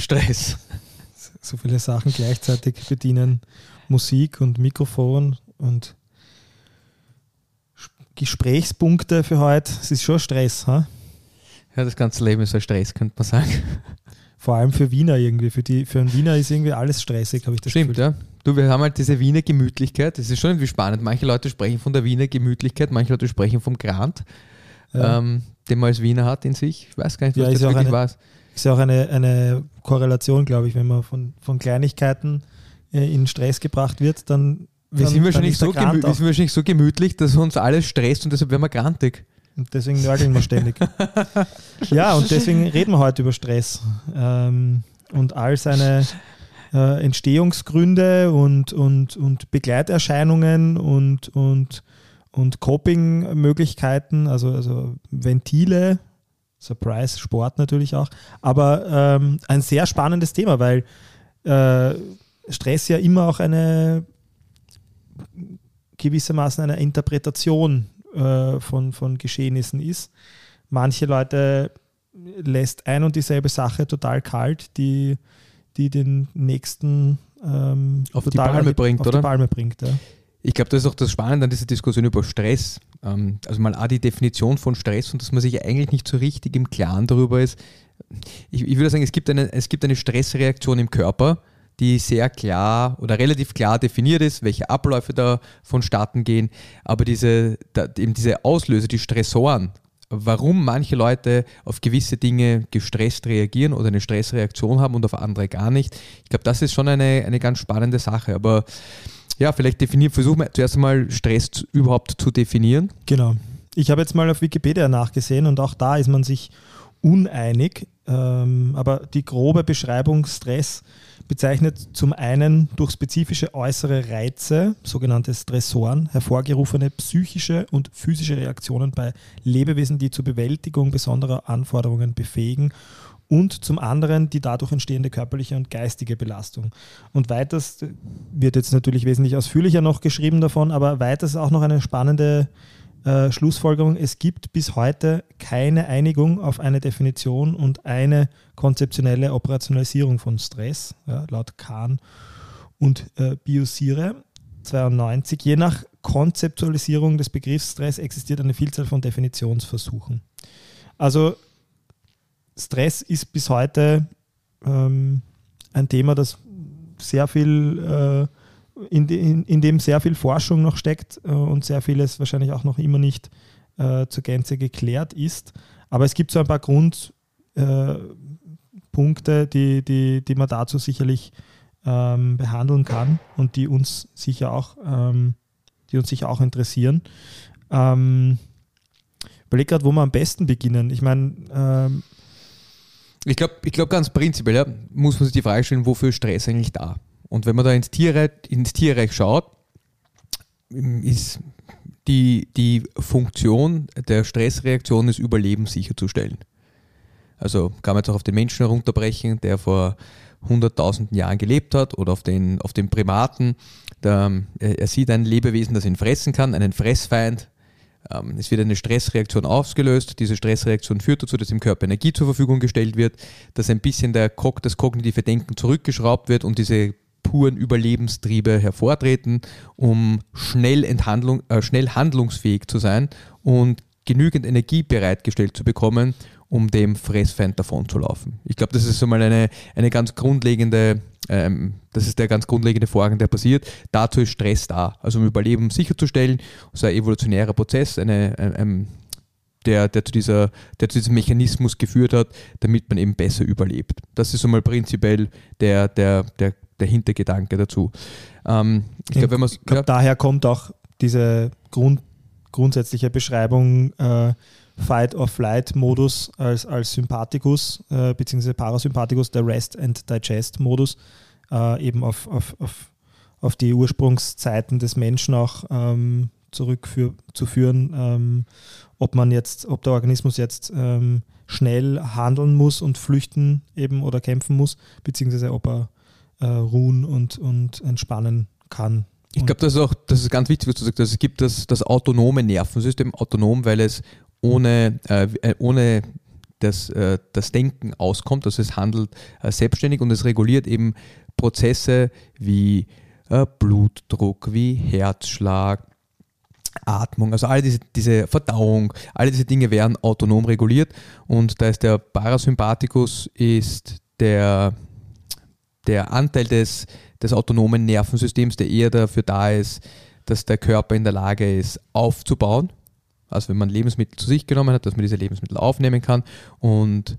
Stress. So viele Sachen gleichzeitig bedienen. Musik und Mikrofon und Gesprächspunkte für heute. Es ist schon Stress, ha? Ja, das ganze Leben ist ein Stress, könnte man sagen. Vor allem für Wiener irgendwie. Für einen Wiener ist irgendwie alles stressig, habe ich das Stimmt, Gefühl. ja. Du, wir haben halt diese Wiener Gemütlichkeit. Das ist schon irgendwie spannend. Manche Leute sprechen von der Wiener Gemütlichkeit, manche Leute sprechen vom Grant, den man als Wiener hat in sich. Ich weiß gar nicht, was das wirklich war. Ist ja auch eine Korrelation, glaube ich, wenn man von Kleinigkeiten in Stress gebracht wird, dann wir sind wahrscheinlich so gemütlich, dass uns alles stresst und deshalb werden wir grantig. Und deswegen nörgeln wir ständig. Ja, und deswegen reden wir heute über Stress und all seine Entstehungsgründe und Begleiterscheinungen und Coping-Möglichkeiten, also Ventile, Surprise, Sport natürlich auch, aber ein sehr spannendes Thema, weil Stress ja immer auch gewissermaßen eine Interpretation von Geschehnissen ist. Manche Leute lässt ein und dieselbe Sache total kalt, die den nächsten auf die Palme bringt, oder? Die Palme bringt, ja. Ich glaube, das ist auch das Spannende an dieser Diskussion über Stress. Also mal auch die Definition von Stress und dass man sich eigentlich nicht so richtig im Klaren darüber ist. Ich würde sagen, es gibt eine Stressreaktion im Körper, die sehr klar oder relativ klar definiert ist, welche Abläufe da vonstatten gehen. Aber diese Auslöser, die Stressoren, warum manche Leute auf gewisse Dinge gestresst reagieren oder eine Stressreaktion haben und auf andere gar nicht, ich glaube, das ist schon eine ganz spannende Sache. Aber ja, vielleicht versuchen wir zuerst einmal Stress überhaupt zu definieren. Genau. Ich habe jetzt mal auf Wikipedia nachgesehen und auch da ist man sich uneinig. Aber die grobe Beschreibung Stress bezeichnet zum einen durch spezifische äußere Reize, sogenannte Stressoren, hervorgerufene psychische und physische Reaktionen bei Lebewesen, die zur Bewältigung besonderer Anforderungen befähigen, und zum anderen die dadurch entstehende körperliche und geistige Belastung. Und weiters wird jetzt natürlich wesentlich ausführlicher noch geschrieben davon, aber weiters auch noch eine spannende Schlussfolgerung: Es gibt bis heute keine Einigung auf eine Definition und eine konzeptionelle Operationalisierung von Stress, ja, laut Kahn und Biosire 92. Je nach Konzeptualisierung des Begriffs Stress existiert eine Vielzahl von Definitionsversuchen. Also Stress ist bis heute ein Thema, das sehr viel in dem sehr viel Forschung noch steckt und sehr vieles wahrscheinlich auch noch immer nicht zur Gänze geklärt ist. Aber es gibt so ein paar Grundpunkte, die man dazu sicherlich behandeln kann und die uns sicher auch interessieren. Überleg gerade, wo wir am besten beginnen. Ich meine, ich glaube ganz prinzipiell, ja, muss man sich die Frage stellen, wofür ist Stress eigentlich da? Und wenn man da ins Tierreich schaut, ist die Funktion der Stressreaktion ist, Überleben sicherzustellen. Also kann man jetzt auch auf den Menschen herunterbrechen, der vor 100.000 Jahren gelebt hat, oder auf den Primaten. Er sieht ein Lebewesen, das ihn fressen kann, einen Fressfeind. Es wird eine Stressreaktion ausgelöst. Diese Stressreaktion führt dazu, dass im Körper Energie zur Verfügung gestellt wird, dass ein bisschen das kognitive Denken zurückgeschraubt wird und diese puren Überlebenstriebe hervortreten, um schnell handlungsfähig zu sein und genügend Energie bereitgestellt zu bekommen, um dem Fressfeind davonzulaufen. Ich glaube, das ist so mal eine ganz grundlegende, das ist der ganz grundlegende Vorgang, der passiert. Dazu ist Stress da, also um Überleben sicherzustellen. Das ist ein evolutionärer Prozess, der zu diesem Mechanismus geführt hat, damit man eben besser überlebt. Das ist so mal prinzipiell der Hintergedanke dazu. Ich glaube, daher kommt auch diese grundsätzliche Beschreibung Fight-or-Flight-Modus als Sympathikus bzw. Parasympathikus, der Rest-and-Digest-Modus, eben auf die Ursprungszeiten des Menschen auch zurückzuführen, ob der Organismus jetzt schnell handeln muss und flüchten eben oder kämpfen muss, beziehungsweise ob er ruhen und entspannen kann. Ich glaube, das ist ganz wichtig, was du sagst. Also es gibt das autonome Nervensystem, autonom, weil es ohne das Denken auskommt. Also es handelt selbstständig und es reguliert eben Prozesse wie Blutdruck, wie Herzschlag, Atmung, also all diese Verdauung, alle diese Dinge werden autonom reguliert und da ist der Parasympathikus ist der Anteil des autonomen Nervensystems, der eher dafür da ist, dass der Körper in der Lage ist, aufzubauen. Also wenn man Lebensmittel zu sich genommen hat, dass man diese Lebensmittel aufnehmen kann und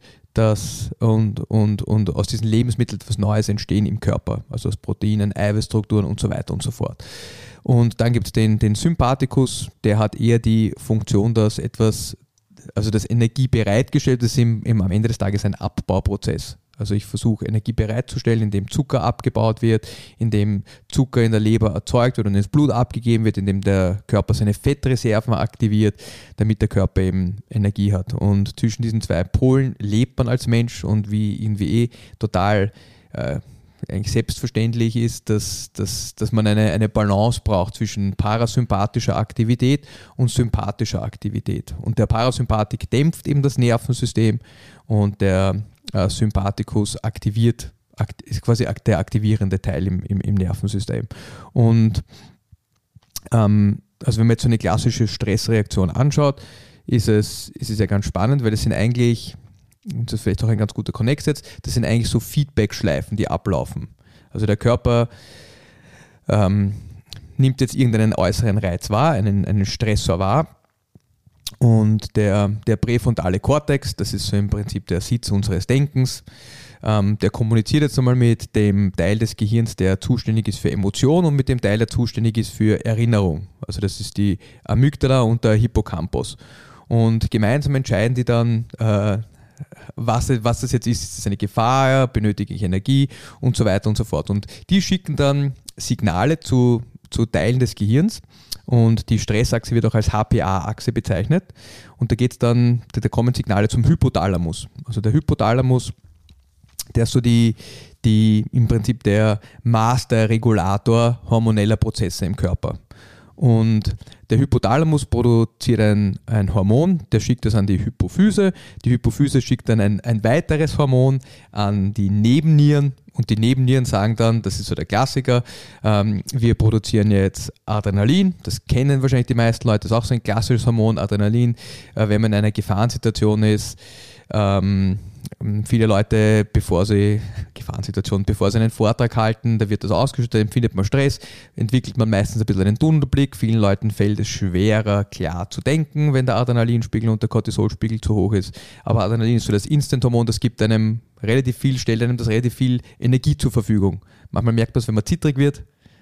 aus diesen Lebensmitteln etwas Neues entstehen im Körper, also aus Proteinen, Eiweißstrukturen und so weiter und so fort. Und dann gibt es den Sympathikus, der hat eher die Funktion, dass das Energie bereitgestellt ist, am Ende des Tages ein Abbauprozess. Also ich versuche Energie bereitzustellen, indem Zucker abgebaut wird, indem Zucker in der Leber erzeugt wird und ins Blut abgegeben wird, indem der Körper seine Fettreserven aktiviert, damit der Körper eben Energie hat. Und zwischen diesen zwei Polen lebt man als Mensch und wie irgendwie total eigentlich selbstverständlich ist, dass man eine Balance braucht zwischen parasympathischer Aktivität und sympathischer Aktivität. Und der Parasympathik dämpft eben das Nervensystem und der Sympathikus ist quasi der aktivierende Teil im Nervensystem. Und also wenn man jetzt so eine klassische Stressreaktion anschaut, ist es ja ganz spannend, weil das sind eigentlich, und das ist vielleicht auch ein ganz guter Konnex jetzt, das sind eigentlich so Feedback-Schleifen, die ablaufen. Also der Körper nimmt jetzt irgendeinen äußeren Reiz wahr, einen Stressor wahr, und der präfrontale Kortex, das ist so im Prinzip der Sitz unseres Denkens, der kommuniziert jetzt einmal mit dem Teil des Gehirns, der zuständig ist für Emotion und mit dem Teil, der zuständig ist für Erinnerung. Also das ist die Amygdala und der Hippocampus. Und gemeinsam entscheiden die dann, was das jetzt ist es eine Gefahr, benötige ich Energie und so weiter und so fort. Und die schicken dann Signale zu Teilen des Gehirns und die Stressachse wird auch als HPA-Achse bezeichnet und da kommen Signale zum Hypothalamus. Also der Hypothalamus, der ist so im Prinzip der Master-Regulator hormoneller Prozesse im Körper. Und der Hypothalamus produziert ein Hormon, der schickt das an die Hypophyse. Die Hypophyse schickt dann ein weiteres Hormon an die Nebennieren und die Nebennieren sagen dann, das ist so der Klassiker, wir produzieren jetzt Adrenalin, das kennen wahrscheinlich die meisten Leute, das ist auch so ein klassisches Hormon, Adrenalin, wenn man in einer Gefahrensituation ist. Viele Leute, bevor sie einen Vortrag halten, da wird das ausgeschüttet, da empfindet man Stress, entwickelt man meistens ein bisschen einen Tunnelblick. Vielen Leuten fällt es schwerer, klar zu denken, wenn der Adrenalinspiegel und der Cortisolspiegel zu hoch ist. Aber Adrenalin ist so das Instant-Hormon, das gibt einem stellt einem das relativ viel Energie zur Verfügung. Manchmal merkt man es, wenn man zittrig wird.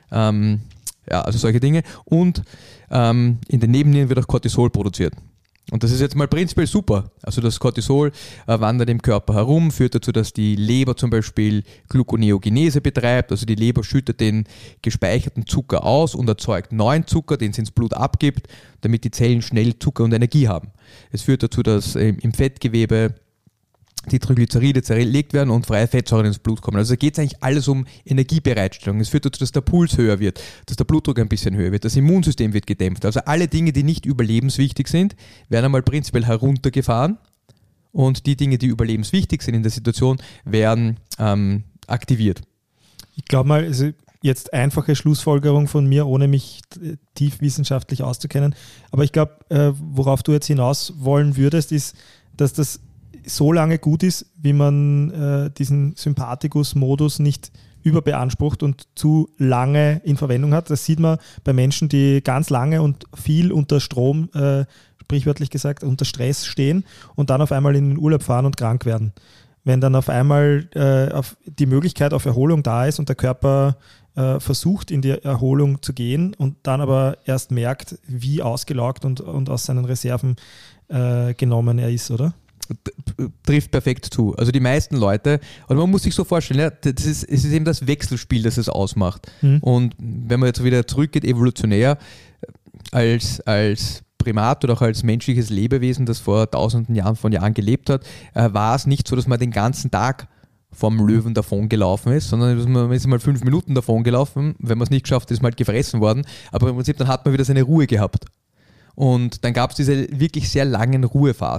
Also solche Dinge. Und in den Nebennieren wird auch Cortisol produziert. Und das ist jetzt mal prinzipiell super. Also das Cortisol wandert im Körper herum, führt dazu, dass die Leber zum Beispiel Gluconeogenese betreibt. Also die Leber schüttet den gespeicherten Zucker aus und erzeugt neuen Zucker, den es ins Blut abgibt, damit die Zellen schnell Zucker und Energie haben. Es führt dazu, dass im Fettgewebe die Triglyceride zerlegt werden und freie Fettsäuren ins Blut kommen. Also da geht es eigentlich alles um Energiebereitstellung. Es führt dazu, dass der Puls höher wird, dass der Blutdruck ein bisschen höher wird, das Immunsystem wird gedämpft. Also alle Dinge, die nicht überlebenswichtig sind, werden einmal prinzipiell heruntergefahren und die Dinge, die überlebenswichtig sind in der Situation, werden aktiviert. Ich glaube mal, also jetzt einfache Schlussfolgerung von mir, ohne mich tief wissenschaftlich auszukennen, aber ich glaube, worauf du jetzt hinaus wollen würdest, ist, dass das so lange gut ist, wie man diesen Sympathikus-Modus nicht überbeansprucht und zu lange in Verwendung hat. Das sieht man bei Menschen, die ganz lange und viel unter Strom, sprichwörtlich gesagt, unter Stress stehen und dann auf einmal in den Urlaub fahren und krank werden. Wenn dann auf einmal die Möglichkeit auf Erholung da ist und der Körper versucht, in die Erholung zu gehen und dann aber erst merkt, wie ausgelaugt und aus seinen Reserven genommen er ist, oder? Trifft perfekt zu. Also die meisten Leute, und man muss sich so vorstellen, ja, es ist eben das Wechselspiel, das es ausmacht. Und wenn man jetzt wieder zurückgeht, evolutionär, als Primat oder auch als menschliches Lebewesen, das vor tausenden von Jahren gelebt hat, war es nicht so, dass man den ganzen Tag vom Löwen davon gelaufen ist, sondern man ist mal 5 Minuten davon gelaufen. Wenn man es nicht geschafft hat, ist man halt gefressen worden. Aber im Prinzip, dann hat man wieder seine Ruhe gehabt. Und dann gab es diese wirklich sehr langen Ruhephasen.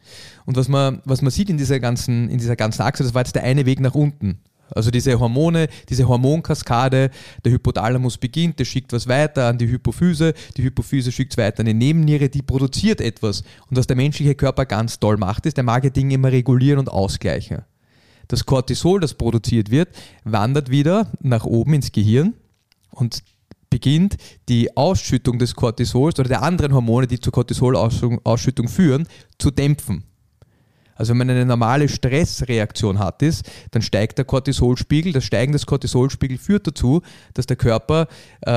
Und was man sieht in dieser ganzen Achse, das war jetzt der eine Weg nach unten. Also diese Hormone, diese Hormonkaskade, der Hypothalamus beginnt, der schickt was weiter an die Hypophyse schickt es weiter an die Nebenniere, die produziert etwas. Und was der menschliche Körper ganz toll macht, ist, der mag ja Dinge immer regulieren und ausgleichen. Das Cortisol, das produziert wird, wandert wieder nach oben ins Gehirn und beginnt die Ausschüttung des Cortisols oder der anderen Hormone, die zur Cortisolausschüttung führen, zu dämpfen. Also wenn man eine normale Stressreaktion hat, dann steigt der Cortisolspiegel. Das Steigen des Cortisolspiegels führt dazu, dass der Körper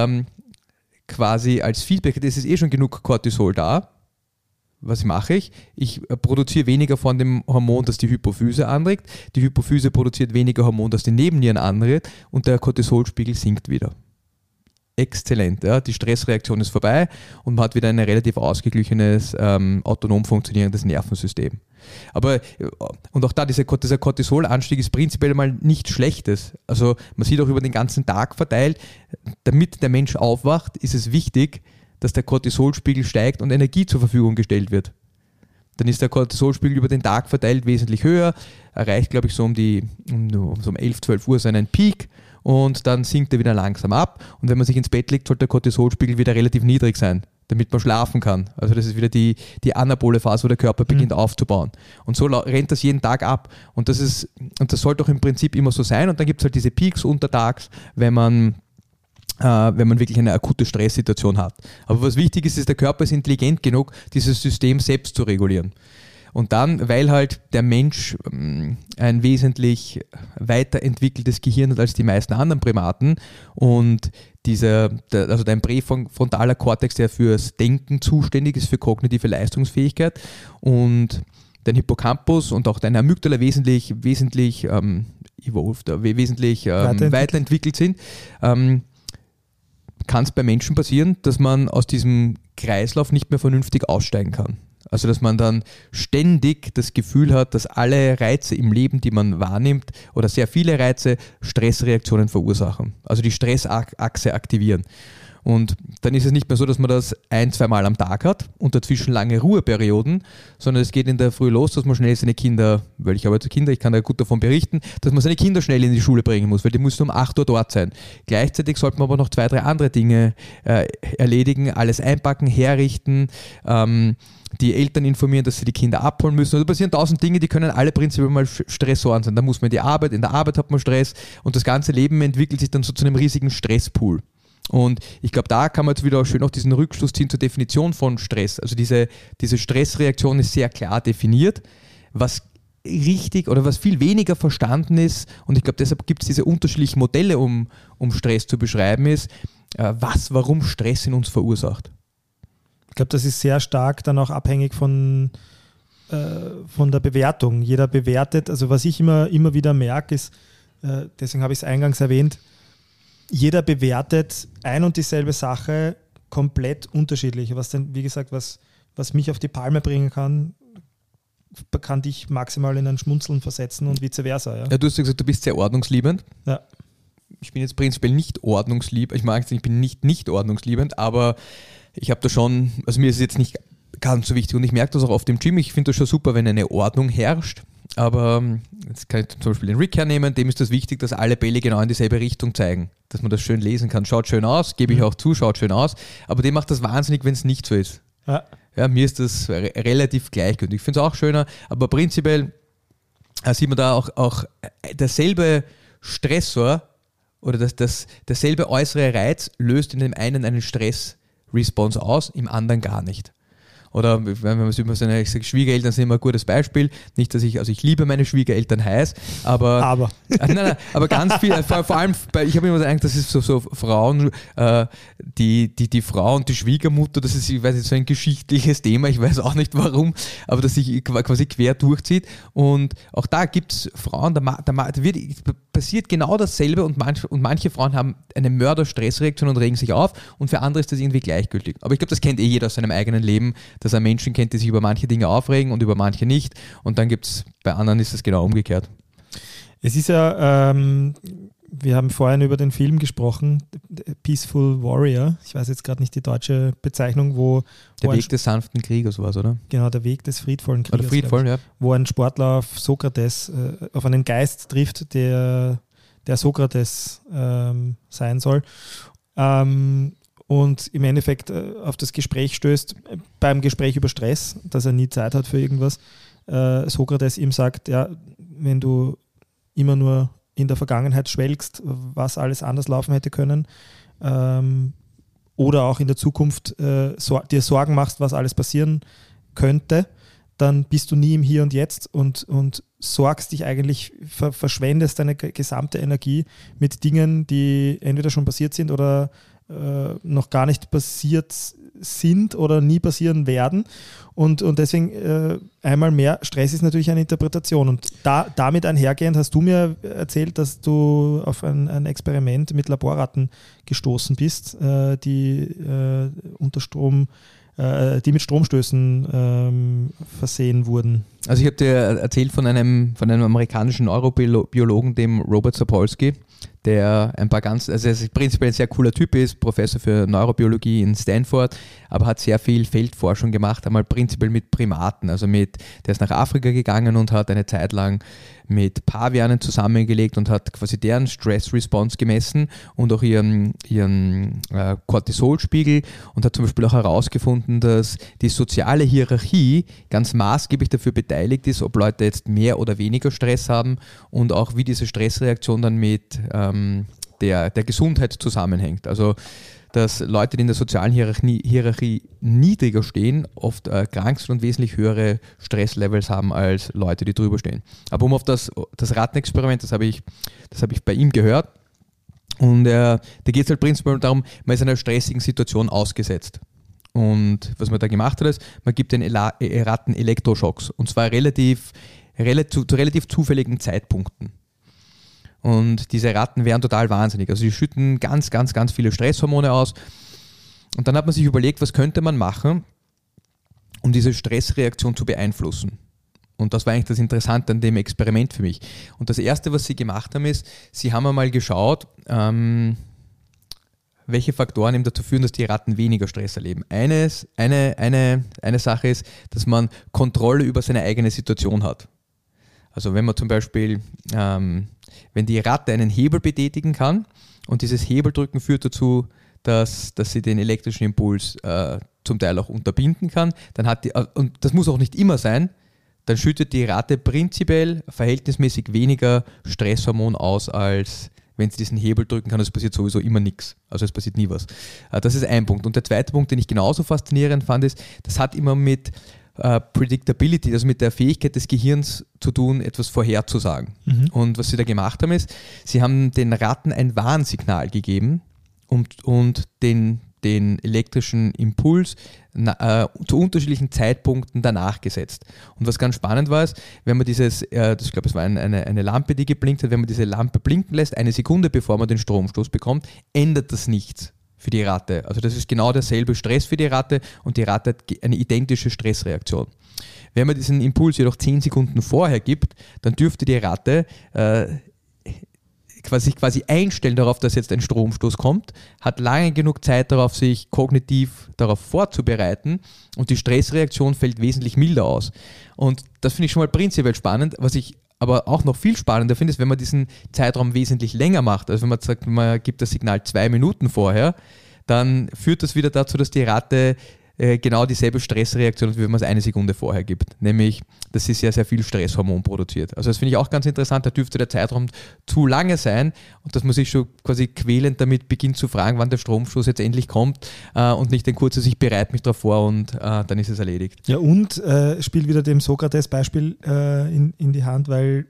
quasi als Feedback, es ist schon genug Cortisol da. Was mache ich? Ich produziere weniger von dem Hormon, das die Hypophyse anregt. Die Hypophyse produziert weniger Hormon, das die Nebennieren anregt und der Cortisolspiegel sinkt wieder. Exzellent. Ja? Die Stressreaktion ist vorbei und man hat wieder ein relativ ausgeglichenes, autonom funktionierendes Nervensystem. Und auch da, dieser Cortisolanstieg ist prinzipiell mal nichts Schlechtes. Also man sieht auch über den ganzen Tag verteilt, damit der Mensch aufwacht, ist es wichtig, dass der Cortisolspiegel steigt und Energie zur Verfügung gestellt wird. Dann ist der Cortisolspiegel über den Tag verteilt wesentlich höher, erreicht, glaube ich, so um 11, 12 Uhr seinen Peak und dann sinkt er wieder langsam ab. Und wenn man sich ins Bett legt, sollte der Cortisolspiegel wieder relativ niedrig sein, damit man schlafen kann. Also das ist wieder die anabole Phase, wo der Körper beginnt aufzubauen. Und so rennt das jeden Tag ab. Und das sollte auch im Prinzip immer so sein. Und dann gibt es halt diese Peaks untertags, wenn man wirklich eine akute Stresssituation hat. Aber was wichtig ist, der Körper ist intelligent genug, dieses System selbst zu regulieren. Und dann, weil halt der Mensch ein wesentlich weiterentwickeltes Gehirn hat als die meisten anderen Primaten und also dein präfrontaler Kortex, der fürs Denken zuständig ist, für kognitive Leistungsfähigkeit und dein Hippocampus und auch deine Amygdala wesentlich weiterentwickelt sind, kann es bei Menschen passieren, dass man aus diesem Kreislauf nicht mehr vernünftig aussteigen kann. Also dass man dann ständig das Gefühl hat, dass alle Reize im Leben, die man wahrnimmt, oder sehr viele Reize, Stressreaktionen verursachen. Also die Stressachse aktivieren. Und dann ist es nicht mehr so, dass man das 1-2 Mal am Tag hat und dazwischen lange Ruheperioden, sondern es geht in der Früh los, dass man schnell seine Kinder, weil ich arbeite Kinder, ich kann da gut davon berichten, dass man seine Kinder schnell in die Schule bringen muss, weil die müssen um 8 Uhr dort sein. Gleichzeitig sollte man aber noch 2-3 andere Dinge erledigen, alles einpacken, herrichten, die Eltern informieren, dass sie die Kinder abholen müssen. Also passieren 1000 Dinge, die können alle prinzipiell mal Stressoren sein. Da muss man in der Arbeit hat man Stress und das ganze Leben entwickelt sich dann so zu einem riesigen Stresspool. Und ich glaube, da kann man jetzt wieder schön auch diesen Rückschluss ziehen zur Definition von Stress. Also diese Stressreaktion ist sehr klar definiert, was richtig oder was viel weniger verstanden ist, und ich glaube, deshalb gibt es diese unterschiedlichen Modelle, um Stress zu beschreiben, ist, warum Stress in uns verursacht. Ich glaube, das ist sehr stark dann auch abhängig von der Bewertung. Jeder bewertet, also was ich immer wieder merke, ist, deswegen habe ich es eingangs erwähnt, jeder bewertet ein und dieselbe Sache komplett unterschiedlich. Was denn, wie gesagt, was mich auf die Palme bringen kann dich maximal in ein Schmunzeln versetzen und vice versa. Ja? Ja, du hast ja gesagt, du bist sehr ordnungsliebend. Ja. Ich bin jetzt prinzipiell nicht ordnungsliebend. Ich mag es nicht, ich bin nicht ordnungsliebend, aber ich habe da schon, also mir ist es jetzt nicht ganz so wichtig und ich merke das auch auf dem Gym. Ich finde das schon super, wenn eine Ordnung herrscht. Aber jetzt kann ich zum Beispiel den Rick hernehmen, dem ist das wichtig, dass alle Bälle genau in dieselbe Richtung zeigen, dass man das schön lesen kann. Schaut schön aus, gebe ich auch zu, schaut schön aus, aber dem macht das wahnsinnig, wenn es nicht so ist. Ja, mir ist das relativ gleichgültig. Ich finde es auch schöner, aber prinzipiell sieht man da auch derselbe Stressor oder derselbe äußere Reiz löst in dem einen einen Stress-Response aus, im anderen gar nicht. Oder wenn man über seine Schwiegereltern sind immer ein gutes Beispiel. Nicht, dass ich liebe meine Schwiegereltern heiß, aber ganz viel, vor allem, ich habe immer gedacht, das ist so Frauen, die Frau und die Schwiegermutter, das ist, ich weiß nicht, so ein geschichtliches Thema, ich weiß auch nicht warum, aber das sich quasi quer durchzieht. Und auch da gibt es Frauen, passiert genau dasselbe und manche Frauen haben eine Mörder-Stressreaktion und regen sich auf und für andere ist das irgendwie gleichgültig. Aber ich glaube, das kennt jeder aus seinem eigenen Leben, dass er Menschen kennt, die sich über manche Dinge aufregen und über manche nicht. Und dann gibt es, bei anderen ist es genau umgekehrt. Es ist ja, wir haben vorhin über den Film gesprochen, Peaceful Warrior. Ich weiß jetzt gerade nicht die deutsche Bezeichnung, wo... Der Weg des sanften Kriegers war es, oder? Genau, der Weg des friedvollen Kriegers. Oder friedvoll, ja. Wo ein Sportler auf Sokrates, auf einen Geist trifft, der Sokrates sein soll. Und im Endeffekt auf das Gespräch stößt, beim Gespräch über Stress, dass er nie Zeit hat für irgendwas. Sokrates ihm sagt, ja, wenn du immer nur in der Vergangenheit schwelgst, was alles anders laufen hätte können, oder auch in der Zukunft dir Sorgen machst, was alles passieren könnte, dann bist du nie im Hier und Jetzt und sorgst dich eigentlich, verschwendest deine gesamte Energie mit Dingen, die entweder schon passiert sind oder noch gar nicht passiert sind oder nie passieren werden. Und deswegen einmal mehr, Stress ist natürlich eine Interpretation. Und damit einhergehend hast du mir erzählt, dass du auf ein Experiment mit Laborratten gestoßen bist, die die mit Stromstößen versehen wurden. Also ich habe dir erzählt von einem amerikanischen Neurobiologen, dem Robert Sapolsky, der also er ist prinzipiell ein sehr cooler Typ ist, Professor für Neurobiologie in Stanford, aber hat sehr viel Feldforschung gemacht, einmal prinzipiell mit Primaten, der ist nach Afrika gegangen und hat eine Zeit lang mit Pavianen zusammengelegt und hat quasi deren Stress-Response gemessen und auch ihren Cortisolspiegel und hat zum Beispiel auch herausgefunden, dass die soziale Hierarchie ganz maßgeblich dafür beteiligt ist, ob Leute jetzt mehr oder weniger Stress haben und auch wie diese Stressreaktion dann mit der Gesundheit zusammenhängt. Also dass Leute, die in der sozialen Hierarchie niedriger stehen, oft krank sind und wesentlich höhere Stresslevels haben als Leute, die drüber stehen. Aber um auf das Rattenexperiment, das habe ich bei ihm gehört, und da geht es halt prinzipiell darum, man ist in einer stressigen Situation ausgesetzt. Und was man da gemacht hat, ist, man gibt den Ratten Elektroschocks, und zwar zu relativ zufälligen Zeitpunkten. Und diese Ratten wären total wahnsinnig. Also die schütten ganz, ganz, ganz viele Stresshormone aus. Und dann hat man sich überlegt, was könnte man machen, um diese Stressreaktion zu beeinflussen. Und das war eigentlich das Interessante an dem Experiment für mich. Und das Erste, was sie gemacht haben, ist, sie haben einmal geschaut, welche Faktoren eben dazu führen, dass die Ratten weniger Stress erleben. Eine Sache ist, dass man Kontrolle über seine eigene Situation hat. Also wenn man zum Beispiel, wenn die Ratte einen Hebel betätigen kann und dieses Hebeldrücken führt dazu, dass sie den elektrischen Impuls zum Teil auch unterbinden kann, dann und das muss auch nicht immer sein, dann schüttet die Ratte prinzipiell verhältnismäßig weniger Stresshormon aus, als wenn sie diesen Hebel drücken kann. Es passiert sowieso immer nichts. Also es passiert nie was. Das ist ein Punkt. Und der zweite Punkt, den ich genauso faszinierend fand, ist, das hat immer mit Predictability, also mit der Fähigkeit des Gehirns zu tun, etwas vorherzusagen. Mhm. Und was sie da gemacht haben, ist, sie haben den Ratten ein Warnsignal gegeben und den elektrischen Impuls zu unterschiedlichen Zeitpunkten danach gesetzt. Und was ganz spannend war, ist, wenn man ich glaube, es war eine Lampe, die geblinkt hat, wenn man diese Lampe blinken lässt, eine Sekunde bevor man den Stromstoß bekommt, ändert das nichts für die Ratte. Also das ist genau derselbe Stress für die Ratte und die Ratte hat eine identische Stressreaktion. Wenn man diesen Impuls jedoch 10 Sekunden vorher gibt, dann dürfte die Ratte quasi einstellen darauf, dass jetzt ein Stromstoß kommt, hat lange genug Zeit darauf, sich kognitiv darauf vorzubereiten, und die Stressreaktion fällt wesentlich milder aus. Und das finde ich schon mal prinzipiell spannend. Was ich aber auch noch viel spannender finde, ist, wenn man diesen Zeitraum wesentlich länger macht. Also wenn man sagt, man gibt das Signal 2 Minuten vorher, dann führt das wieder dazu, dass die Ratte genau dieselbe Stressreaktion hat, wie wenn man es 1 Sekunde vorher gibt. Nämlich, dass sie sehr, sehr viel Stresshormon produziert. Also das finde ich auch ganz interessant. Da dürfte der Zeitraum zu lange sein und dass man sich schon quasi quälend damit beginnt zu fragen, wann der Stromstoß jetzt endlich kommt, und nicht ein kurzes, ich bereite mich darauf vor und dann ist es erledigt. Ja, und spielt wieder dem Sokrates-Beispiel in die Hand, weil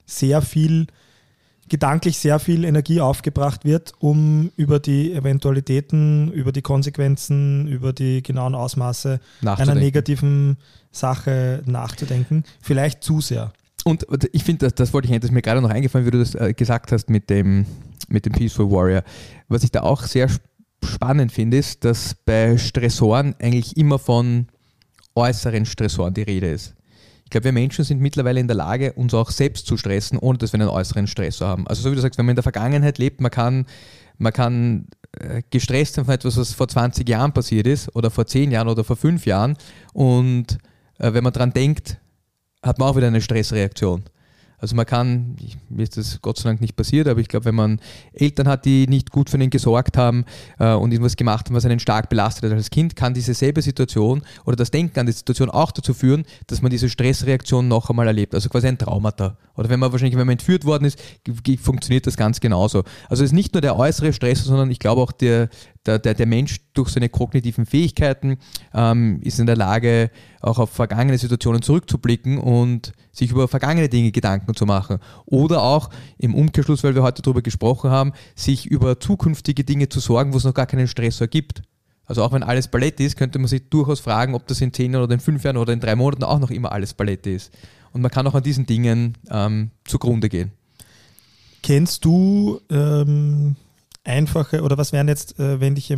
gedanklich sehr viel Energie aufgebracht wird, um über die Eventualitäten, über die Konsequenzen, über die genauen Ausmaße einer negativen Sache nachzudenken. Vielleicht zu sehr. Und ich finde, das wollte ich eigentlich, das ist mir gerade noch eingefallen, wie du das gesagt hast mit dem Peaceful Warrior. Was ich da auch sehr spannend finde, ist, dass bei Stressoren eigentlich immer von äußeren Stressoren die Rede ist. Ich glaube, wir Menschen sind mittlerweile in der Lage, uns auch selbst zu stressen, ohne dass wir einen äußeren Stressor haben. Also so wie du sagst, wenn man in der Vergangenheit lebt, man kann gestresst sein von etwas, was vor 20 Jahren passiert ist oder vor 10 Jahren oder vor 5 Jahren und wenn man dran denkt, hat man auch wieder eine Stressreaktion. Also man kann, mir ist das Gott sei Dank nicht passiert, aber ich glaube, wenn man Eltern hat, die nicht gut für einen gesorgt haben und irgendwas gemacht haben, was einen stark belastet hat als Kind, kann diese selbe Situation oder das Denken an die Situation auch dazu führen, dass man diese Stressreaktion noch einmal erlebt. Also quasi ein Traumata. Oder wenn man entführt worden ist, funktioniert das ganz genauso. Also es ist nicht nur der äußere Stress, sondern ich glaube auch der Mensch durch seine kognitiven Fähigkeiten ist in der Lage, auch auf vergangene Situationen zurückzublicken und sich über vergangene Dinge Gedanken zu machen. Oder auch im Umkehrschluss, weil wir heute darüber gesprochen haben, sich über zukünftige Dinge zu sorgen, wo es noch gar keinen Stressor gibt. Also auch wenn alles Palette ist, könnte man sich durchaus fragen, ob das in 10 Jahren oder in 5 Jahren oder in 3 Monaten auch noch immer alles Palette ist. Und man kann auch an diesen Dingen zugrunde gehen. Kennst du einfache, oder was wären jetzt, wenn dich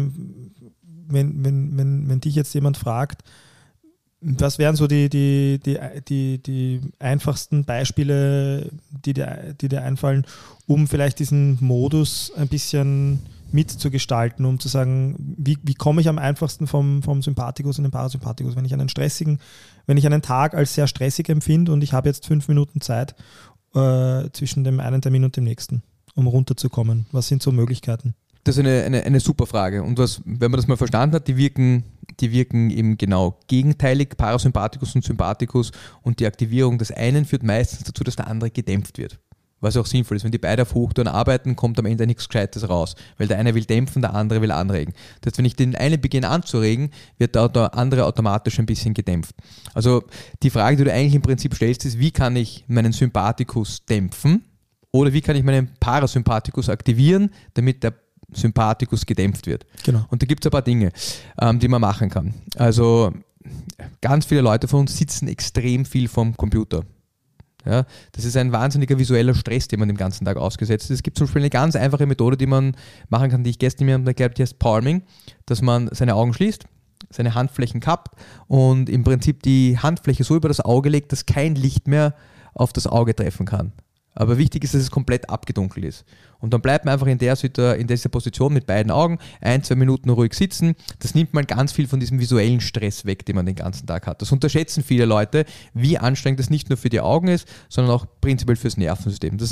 jemand fragt, was wären so die einfachsten Beispiele, die dir einfallen, um vielleicht diesen Modus ein bisschen mitzugestalten, um zu sagen, wie komme ich am einfachsten vom Sympathikus in den Parasympathikus, wenn ich einen Tag als sehr stressig empfinde und ich habe jetzt 5 Minuten Zeit zwischen dem einen Termin und dem nächsten, um runterzukommen. Was sind so Möglichkeiten? Das ist eine super Frage. Und wenn man das mal verstanden hat, die wirken eben genau gegenteilig, Parasympathikus und Sympathikus, und die Aktivierung des einen führt meistens dazu, dass der andere gedämpft wird. Was auch sinnvoll ist. Wenn die beide auf Hochtouren arbeiten, kommt am Ende nichts Gescheites raus. Weil der eine will dämpfen, der andere will anregen. Das heißt, wenn ich den einen beginne anzuregen, wird der andere automatisch ein bisschen gedämpft. Also die Frage, die du eigentlich im Prinzip stellst, ist, wie kann ich meinen Sympathikus dämpfen oder wie kann ich meinen Parasympathikus aktivieren, damit der Sympathikus gedämpft wird. Genau. Und da gibt es ein paar Dinge, die man machen kann. Also ganz viele Leute von uns sitzen extrem viel vorm Computer. Ja, das ist ein wahnsinniger visueller Stress, den man den ganzen Tag ausgesetzt ist. Es gibt zum Beispiel eine ganz einfache Methode, die man machen kann, die ich gestern mir erklärt habe, die heißt Palming, dass man seine Augen schließt, seine Handflächen kappt und im Prinzip die Handfläche so über das Auge legt, dass kein Licht mehr auf das Auge treffen kann. Aber wichtig ist, dass es komplett abgedunkelt ist. Und dann bleibt man einfach in dieser Position mit beiden Augen 1-2 Minuten ruhig sitzen. Das nimmt mal ganz viel von diesem visuellen Stress weg, den man den ganzen Tag hat. Das unterschätzen viele Leute, wie anstrengend das nicht nur für die Augen ist, sondern auch prinzipiell fürs Nervensystem. Das ist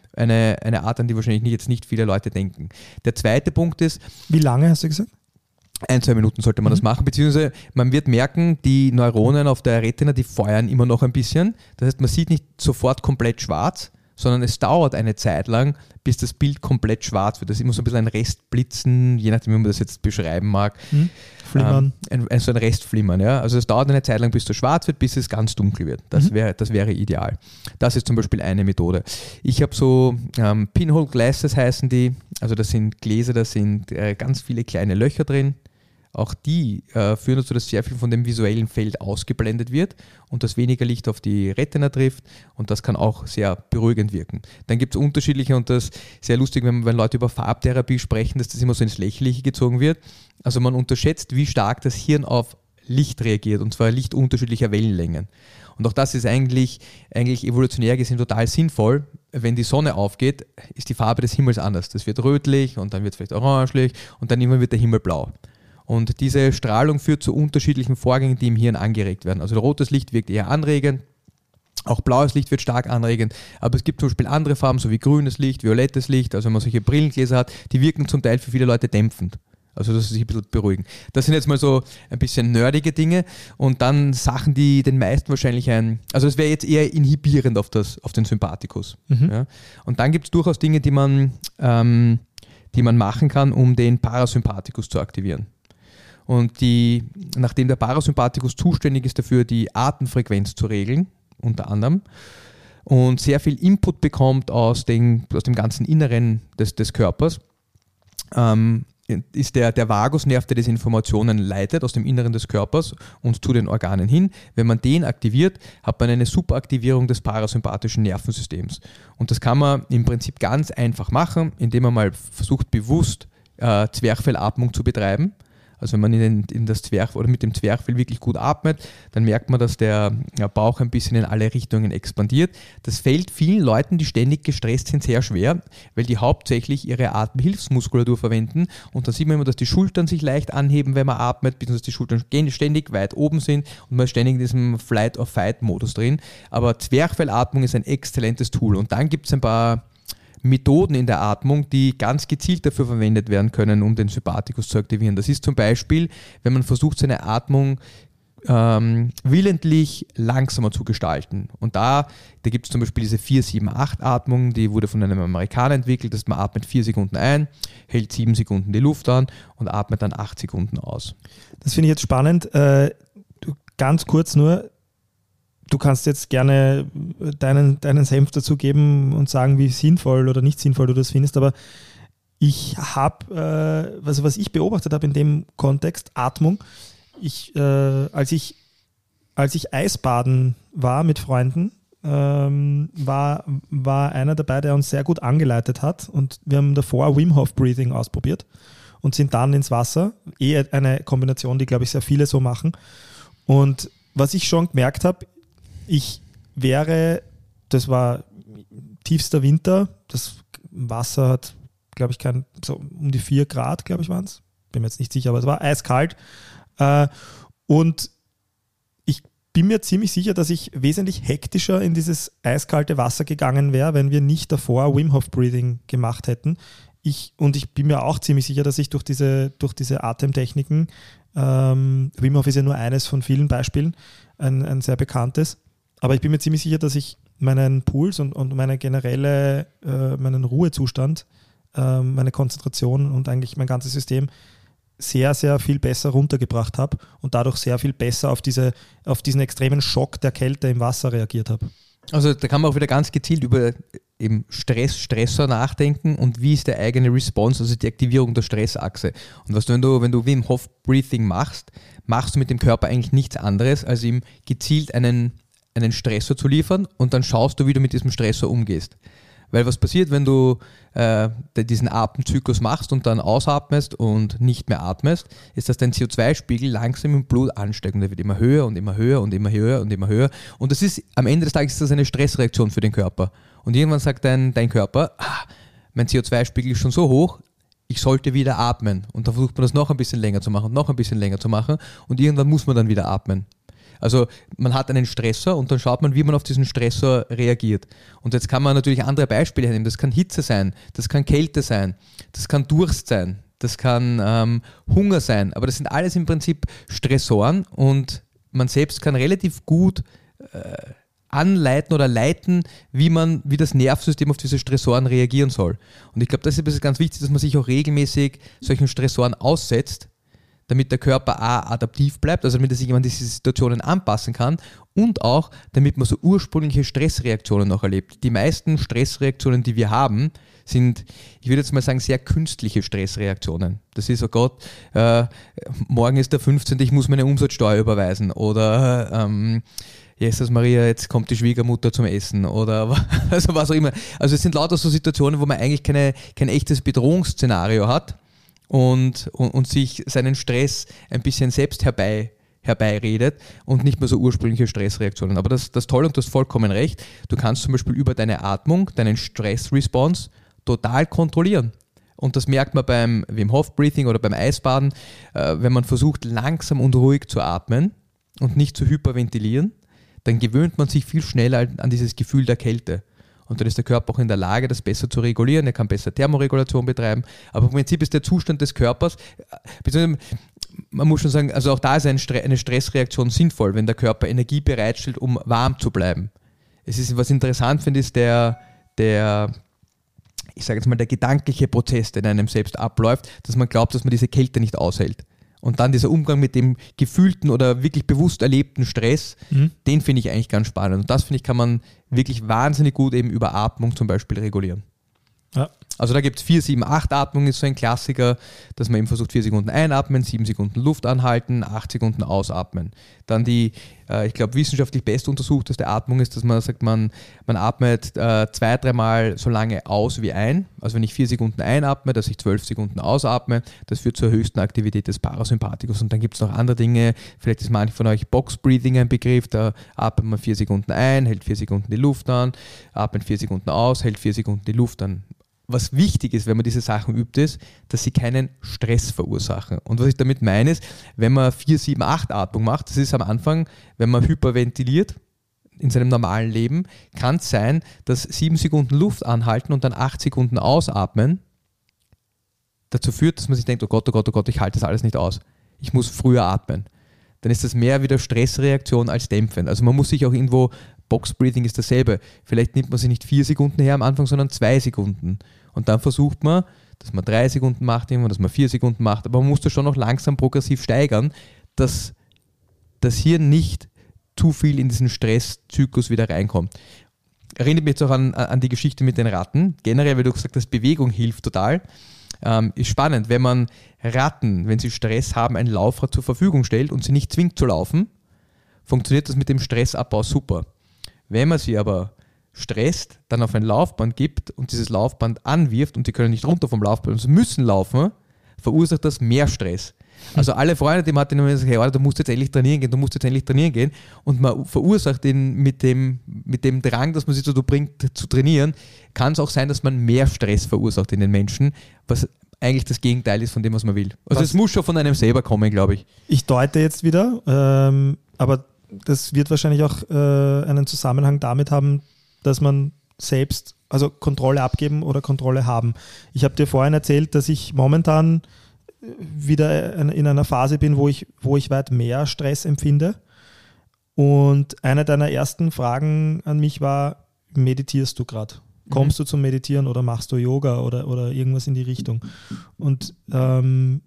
eine Art, an die wahrscheinlich jetzt nicht viele Leute denken. Der zweite Punkt ist... Wie lange hast du gesagt? 1-2 Minuten sollte man das machen, beziehungsweise man wird merken, die Neuronen auf der Retina, die feuern immer noch ein bisschen. Das heißt, man sieht nicht sofort komplett schwarz, sondern es dauert eine Zeit lang, bis das Bild komplett schwarz wird. Das ist immer so ein bisschen ein Restblitzen, je nachdem, wie man das jetzt beschreiben mag. Flimmern. So ein Restflimmern, ja. Also es dauert eine Zeit lang, bis das schwarz wird, bis es ganz dunkel wird. Das wäre ideal. Das ist zum Beispiel eine Methode. Ich habe so Pinhole Glasses heißen die, also das sind Gläser, da sind ganz viele kleine Löcher drin. Auch die führen dazu, dass sehr viel von dem visuellen Feld ausgeblendet wird und dass weniger Licht auf die Retina trifft, und das kann auch sehr beruhigend wirken. Dann gibt es unterschiedliche, und das ist sehr lustig, wenn Leute über Farbtherapie sprechen, dass das immer so ins Lächerliche gezogen wird. Also man unterschätzt, wie stark das Hirn auf Licht reagiert, und zwar Licht unterschiedlicher Wellenlängen. Und auch das ist eigentlich evolutionär gesehen total sinnvoll. Wenn die Sonne aufgeht, ist die Farbe des Himmels anders. Das wird rötlich und dann wird es vielleicht orangelich und dann irgendwann wird der Himmel blau. Und diese Strahlung führt zu unterschiedlichen Vorgängen, die im Hirn angeregt werden. Also rotes Licht wirkt eher anregend, auch blaues Licht wird stark anregend, aber es gibt zum Beispiel andere Farben, so wie grünes Licht, violettes Licht, also wenn man solche Brillengläser hat, die wirken zum Teil für viele Leute dämpfend. Also dass sie sich ein bisschen beruhigen. Das sind jetzt mal so ein bisschen nerdige Dinge, und dann Sachen, die den meisten wahrscheinlich also es wäre jetzt eher inhibierend auf den Sympathikus. Ja? Und dann gibt es durchaus Dinge, die man machen kann, um den Parasympathikus zu aktivieren. Und nachdem der Parasympathikus zuständig ist dafür, die Atemfrequenz zu regeln, unter anderem, und sehr viel Input bekommt aus dem ganzen Inneren des Körpers, ist der Vagusnerv, der diese Informationen leitet aus dem Inneren des Körpers und zu den Organen hin. Wenn man den aktiviert, hat man eine Superaktivierung des parasympathischen Nervensystems. Und das kann man im Prinzip ganz einfach machen, indem man mal versucht, bewusst Zwerchfellatmung zu betreiben. Also wenn man in das Zwerchfell oder mit dem Zwerchfell wirklich gut atmet, dann merkt man, dass der Bauch ein bisschen in alle Richtungen expandiert. Das fällt vielen Leuten, die ständig gestresst sind, sehr schwer, weil die hauptsächlich ihre Atemhilfsmuskulatur verwenden und dann sieht man immer, dass die Schultern sich leicht anheben, wenn man atmet, beziehungsweise die Schultern ständig weit oben sind und man ist ständig in diesem Flight-or-Fight-Modus drin. Aber Zwerchfellatmung ist ein exzellentes Tool und dann gibt es ein paar Methoden in der Atmung, die ganz gezielt dafür verwendet werden können, um den Sympathikus zu aktivieren. Das ist zum Beispiel, wenn man versucht, seine Atmung willentlich langsamer zu gestalten. Und da gibt es zum Beispiel diese 4-7-8-Atmung, die wurde von einem Amerikaner entwickelt, dass man atmet 4 Sekunden ein, hält 7 Sekunden die Luft an und atmet dann 8 Sekunden aus. Das finde ich jetzt spannend. Ganz kurz nur, du kannst jetzt gerne deinen Senf dazu geben und sagen, wie sinnvoll oder nicht sinnvoll du das findest, aber ich habe, also was ich beobachtet habe in dem Kontext, Atmung, als ich Eisbaden war mit Freunden, war einer dabei, der uns sehr gut angeleitet hat und wir haben davor Wim Hof Breathing ausprobiert und sind dann ins Wasser. Eine Kombination, die, glaube ich, sehr viele so machen. Und was ich schon gemerkt habe, das war tiefster Winter, das Wasser hat, glaube ich, so um die 4 Grad, glaube ich, waren es. Bin mir jetzt nicht sicher, aber es war eiskalt. Und ich bin mir ziemlich sicher, dass ich wesentlich hektischer in dieses eiskalte Wasser gegangen wäre, wenn wir nicht davor Wim Hof Breathing gemacht hätten. Ich bin mir auch ziemlich sicher, dass ich durch diese Atemtechniken, Wim Hof ist ja nur eines von vielen Beispielen, ein sehr bekanntes, aber ich bin mir ziemlich sicher, dass ich meinen Puls und meinen Ruhezustand, meine Konzentration und eigentlich mein ganzes System sehr, sehr viel besser runtergebracht habe und dadurch sehr viel besser auf diesen extremen Schock der Kälte im Wasser reagiert habe. Also da kann man auch wieder ganz gezielt über eben Stressor nachdenken und wie ist der eigene Response, also die Aktivierung der Stressachse. Und wenn du Wim Hof Breathing machst du mit dem Körper eigentlich nichts anderes, als ihm gezielt einen Stressor zu liefern und dann schaust du, wie du mit diesem Stressor umgehst. Weil was passiert, wenn du diesen Atemzyklus machst und dann ausatmest und nicht mehr atmest, ist, dass dein CO2-Spiegel langsam im Blut ansteigt und der wird immer höher und immer höher und immer höher und immer höher. Und das ist, am Ende des Tages ist das eine Stressreaktion für den Körper. Und irgendwann sagt dein Körper, mein CO2-Spiegel ist schon so hoch, ich sollte wieder atmen. Und dann versucht man das noch ein bisschen länger zu machen und noch ein bisschen länger zu machen und irgendwann muss man dann wieder atmen. Also man hat einen Stressor und dann schaut man, wie man auf diesen Stressor reagiert. Und jetzt kann man natürlich andere Beispiele nehmen. Das kann Hitze sein, das kann Kälte sein, das kann Durst sein, das kann Hunger sein. Aber das sind alles im Prinzip Stressoren und man selbst kann relativ gut anleiten oder leiten, wie das Nervensystem auf diese Stressoren reagieren soll. Und ich glaube, das ist ganz wichtig, dass man sich auch regelmäßig solchen Stressoren aussetzt, damit der Körper adaptiv bleibt, also damit er sich an diese Situationen anpassen kann und auch, damit man so ursprüngliche Stressreaktionen noch erlebt. Die meisten Stressreaktionen, die wir haben, sind, ich würde jetzt mal sagen, sehr künstliche Stressreaktionen. Das ist, oh Gott, morgen ist der 15., ich muss meine Umsatzsteuer überweisen oder Jesus Maria, jetzt kommt die Schwiegermutter zum Essen oder also was auch immer. Also es sind lauter so Situationen, wo man eigentlich kein echtes Bedrohungsszenario hat, und sich seinen Stress ein bisschen selbst herbeiredet und nicht mehr so ursprüngliche Stressreaktionen. Aber das Tolle und du hast vollkommen recht, du kannst zum Beispiel über deine Atmung, deinen Stress-Response total kontrollieren. Und das merkt man beim Wim Hof Breathing oder beim Eisbaden, wenn man versucht langsam und ruhig zu atmen und nicht zu hyperventilieren, dann gewöhnt man sich viel schneller an dieses Gefühl der Kälte. Und dann ist der Körper auch in der Lage, das besser zu regulieren. Er kann besser Thermoregulation betreiben. Aber im Prinzip ist der Zustand des Körpers, beziehungsweise man muss schon sagen, also auch da ist eine Stressreaktion sinnvoll, wenn der Körper Energie bereitstellt, um warm zu bleiben. Was interessant finde, ist der ich sage jetzt mal, der gedankliche Prozess, der in einem selbst abläuft, dass man glaubt, dass man diese Kälte nicht aushält. Und dann dieser Umgang mit dem gefühlten oder wirklich bewusst erlebten Stress, den finde ich eigentlich ganz spannend. Und das, finde ich, kann man wirklich wahnsinnig gut eben über Atmung zum Beispiel regulieren. Ja. Also da gibt es 4-7-8-Atmung, ist so ein Klassiker, dass man eben versucht 4 Sekunden einatmen, 7 Sekunden Luft anhalten, 8 Sekunden ausatmen. Dann die, ich glaube, wissenschaftlich bestuntersuchteste Atmung ist, dass man sagt, man atmet 2-3 Mal so lange aus wie ein. Also wenn ich 4 Sekunden einatme, dass ich 12 Sekunden ausatme, das führt zur höchsten Aktivität des Parasympathikus. Und dann gibt es noch andere Dinge, vielleicht ist manche von euch Box Breathing ein Begriff, da atmet man 4 Sekunden ein, hält 4 Sekunden die Luft an, atmet 4 Sekunden aus, hält 4 Sekunden die Luft an. Was wichtig ist, wenn man diese Sachen übt, ist, dass sie keinen Stress verursachen. Und was ich damit meine ist, wenn man 4-7-8-Atmung macht, das ist am Anfang, wenn man hyperventiliert in seinem normalen Leben, kann es sein, dass 7 Sekunden Luft anhalten und dann 8 Sekunden ausatmen dazu führt, dass man sich denkt, oh Gott, ich halte das alles nicht aus. Ich muss früher atmen. Dann ist das mehr wieder Stressreaktion als dämpfend. Also man muss sich auch irgendwo, Box Breathing ist dasselbe. Vielleicht nimmt man sich nicht 4 Sekunden her am Anfang, sondern 2 Sekunden. Und dann versucht man, dass man 3 Sekunden macht, irgendwann, dass man 4 Sekunden macht. Aber man muss das schon noch langsam progressiv steigern, dass das hier nicht zu viel in diesen Stresszyklus wieder reinkommt. Erinnert mich jetzt auch an die Geschichte mit den Ratten. Generell, weil du gesagt hast, Bewegung hilft total. Ist spannend, wenn man Ratten, wenn sie Stress haben, ein Laufrad zur Verfügung stellt und sie nicht zwingt zu laufen, funktioniert das mit dem Stressabbau super. Wenn man sie aber stresst, dann auf ein Laufband gibt und dieses Laufband anwirft und die können nicht runter vom Laufband und sie müssen laufen, verursacht das mehr Stress. Also alle Freunde, die man hat, die immer sagen, hey, du musst jetzt endlich trainieren gehen und man verursacht ihn mit dem Drang, dass man sie dazu bringt, zu trainieren, kann es auch sein, dass man mehr Stress verursacht in den Menschen, was eigentlich das Gegenteil ist von dem, was man will. Also es muss schon von einem selber kommen, glaube ich. Ich deute jetzt wieder, aber das wird wahrscheinlich auch einen Zusammenhang damit haben, dass man selbst, also Kontrolle abgeben oder Kontrolle haben. Ich habe dir vorhin erzählt, dass ich momentan wieder in einer Phase bin, wo ich weit mehr Stress empfinde. Und eine deiner ersten Fragen an mich war, meditierst du gerade? Kommst du zum Meditieren oder machst du Yoga oder irgendwas in die Richtung? Und fand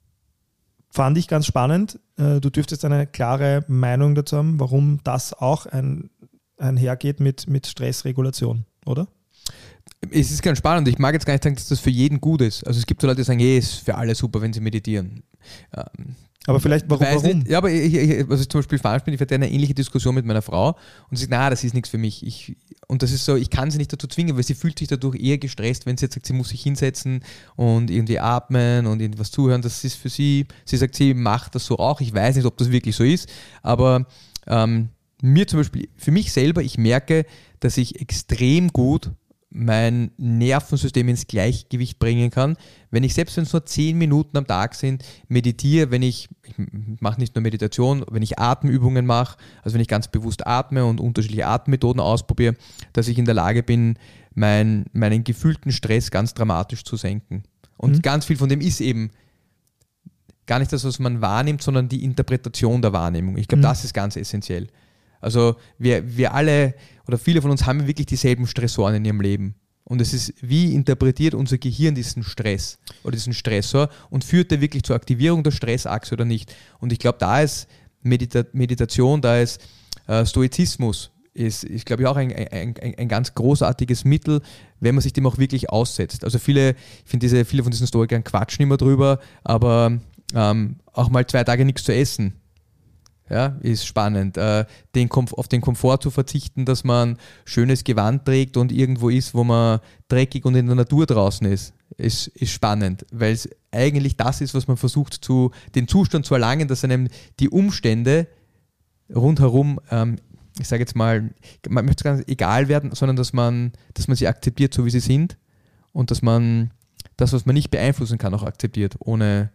ich ganz spannend. Du dürftest eine klare Meinung dazu haben, warum das auch einhergeht mit Stressregulation, oder? Es ist ganz spannend. Ich mag jetzt gar nicht sagen, dass das für jeden gut ist. Also es gibt so Leute, die sagen, hey, ist für alle super, wenn sie meditieren. Aber vielleicht, warum? Nicht. Ja, aber also zum Beispiel ich hatte eine ähnliche Diskussion mit meiner Frau und sie sagt, das ist nichts für mich. Und das ist so, ich kann sie nicht dazu zwingen, weil sie fühlt sich dadurch eher gestresst, wenn sie jetzt sagt, sie muss sich hinsetzen und irgendwie atmen und irgendwas zuhören. Das ist für sie sagt, sie macht das so auch. Ich weiß nicht, ob das wirklich so ist, aber mir zum Beispiel, für mich selber, ich merke, dass ich extrem gut mein Nervensystem ins Gleichgewicht bringen kann, wenn ich, selbst wenn es nur 10 Minuten am Tag sind, meditiere, ich mache nicht nur Meditation, wenn ich Atemübungen mache, also wenn ich ganz bewusst atme und unterschiedliche Atemmethoden ausprobiere, dass ich in der Lage bin, meinen gefühlten Stress ganz dramatisch zu senken. Und ganz viel von dem ist eben gar nicht das, was man wahrnimmt, sondern die Interpretation der Wahrnehmung. Ich glaube, das ist ganz essentiell. Also wir alle oder viele von uns haben wirklich dieselben Stressoren in ihrem Leben. Und es ist, wie interpretiert unser Gehirn diesen Stress oder diesen Stressor und führt der wirklich zur Aktivierung der Stressachse oder nicht. Und ich glaube, da ist Meditation, da ist Stoizismus, ist glaube ich auch ein ganz großartiges Mittel, wenn man sich dem auch wirklich aussetzt. Also viele von diesen Stoikern quatschen immer drüber, aber auch mal 2 Tage nichts zu essen. Ja, ist spannend. Auf den Komfort zu verzichten, dass man schönes Gewand trägt und irgendwo ist, wo man dreckig und in der Natur draußen ist spannend, weil es eigentlich das ist, was man versucht, den Zustand zu erlangen, dass einem die Umstände rundherum, ich sage jetzt mal, man möchte gar nicht egal werden, sondern dass man sie akzeptiert, so wie sie sind und dass man das, was man nicht beeinflussen kann, auch akzeptiert, ohne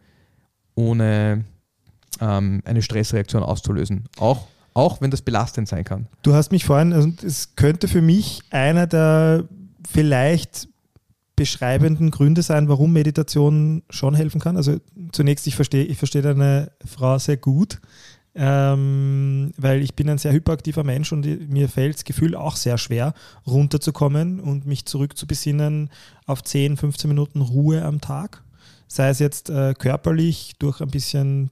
eine Stressreaktion auszulösen. Auch wenn das belastend sein kann. Du hast mich vorhin, also es könnte für mich einer der vielleicht beschreibenden Gründe sein, warum Meditation schon helfen kann. Also zunächst, ich verstehe deine Frau sehr gut, weil ich bin ein sehr hyperaktiver Mensch und mir fällt das Gefühl auch sehr schwer, runterzukommen und mich zurückzubesinnen auf 10, 15 Minuten Ruhe am Tag. Sei es jetzt körperlich durch ein bisschen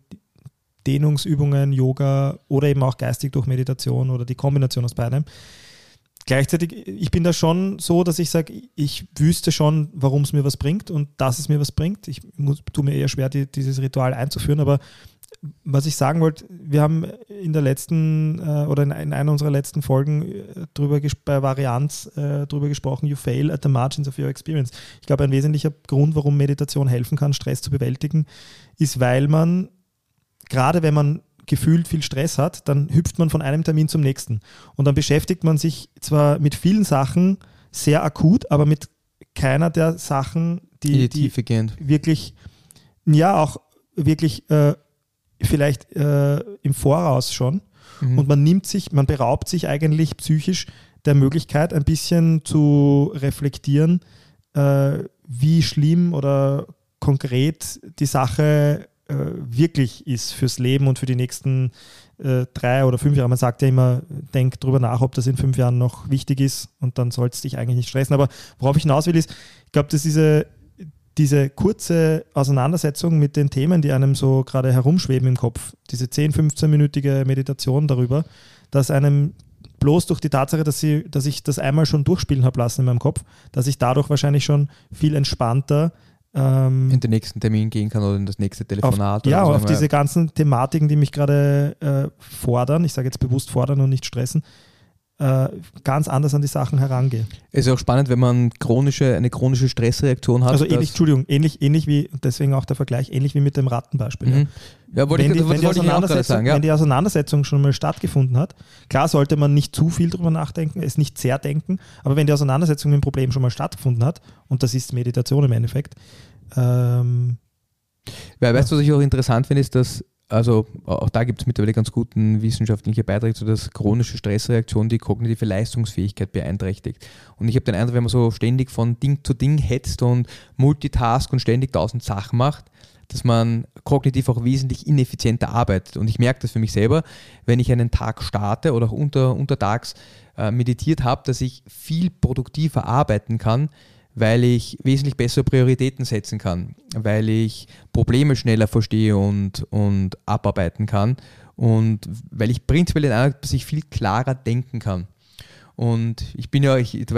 Dehnungsübungen, Yoga oder eben auch geistig durch Meditation oder die Kombination aus beidem. Gleichzeitig, ich bin da schon so, dass ich sage, ich wüsste schon, warum es mir was bringt und dass es mir was bringt. Ich tue mir eher schwer, dieses Ritual einzuführen, aber was ich sagen wollte, wir haben in der letzten oder in einer unserer letzten Folgen bei Varianz drüber gesprochen, you fail at the margins of your experience. Ich glaube, ein wesentlicher Grund, warum Meditation helfen kann, Stress zu bewältigen, ist, weil man, gerade wenn man gefühlt viel Stress hat, dann hüpft man von einem Termin zum nächsten. Und dann beschäftigt man sich zwar mit vielen Sachen sehr akut, aber mit keiner der Sachen, die Tiefe gehend wirklich, ja, auch wirklich vielleicht im Voraus schon. Und man beraubt sich eigentlich psychisch der Möglichkeit, ein bisschen zu reflektieren, wie schlimm oder konkret die Sache wirklich ist fürs Leben und für die nächsten 3 oder 5 Jahre. Man sagt ja immer, denk drüber nach, ob das in 5 Jahren noch wichtig ist und dann soll es dich eigentlich nicht stressen. Aber worauf ich hinaus will, ist, ich glaube, dass diese kurze Auseinandersetzung mit den Themen, die einem so gerade herumschweben im Kopf, diese 10-, 15-minütige Meditation darüber, dass einem bloß durch die Tatsache, dass ich das einmal schon durchspielen habe lassen in meinem Kopf, dass ich dadurch wahrscheinlich schon viel entspannter in den nächsten Termin gehen kann oder in das nächste Telefonat. Auf diese ganzen Thematiken, die mich gerade fordern, ich sage jetzt bewusst fordern und nicht stressen, ganz anders an die Sachen herangehe. Es ist auch spannend, wenn man eine chronische Stressreaktion hat. Also ähnlich wie, deswegen auch der Vergleich, ähnlich wie mit dem Rattenbeispiel. Mhm. Ja, wenn die Auseinandersetzung schon mal stattgefunden hat, klar sollte man nicht zu viel drüber nachdenken, es nicht sehr denken, aber wenn die Auseinandersetzung mit dem Problem schon mal stattgefunden hat, und das ist Meditation im Endeffekt. Weißt du, was ich auch interessant finde, ist, dass also auch da gibt es mittlerweile ganz guten wissenschaftliche Beiträge zu, dass chronische Stressreaktion die kognitive Leistungsfähigkeit beeinträchtigt. Und ich habe den Eindruck, wenn man so ständig von Ding zu Ding hetzt und Multitask und ständig 1000 Sachen macht, dass man kognitiv auch wesentlich ineffizienter arbeitet. Und ich merke das für mich selber, wenn ich einen Tag starte oder auch untertags meditiert habe, dass ich viel produktiver arbeiten kann, weil ich wesentlich bessere Prioritäten setzen kann, weil ich Probleme schneller verstehe und abarbeiten kann und weil ich prinzipiell den Eindruck habe, dass ich viel klarer denken kann. Und ich bin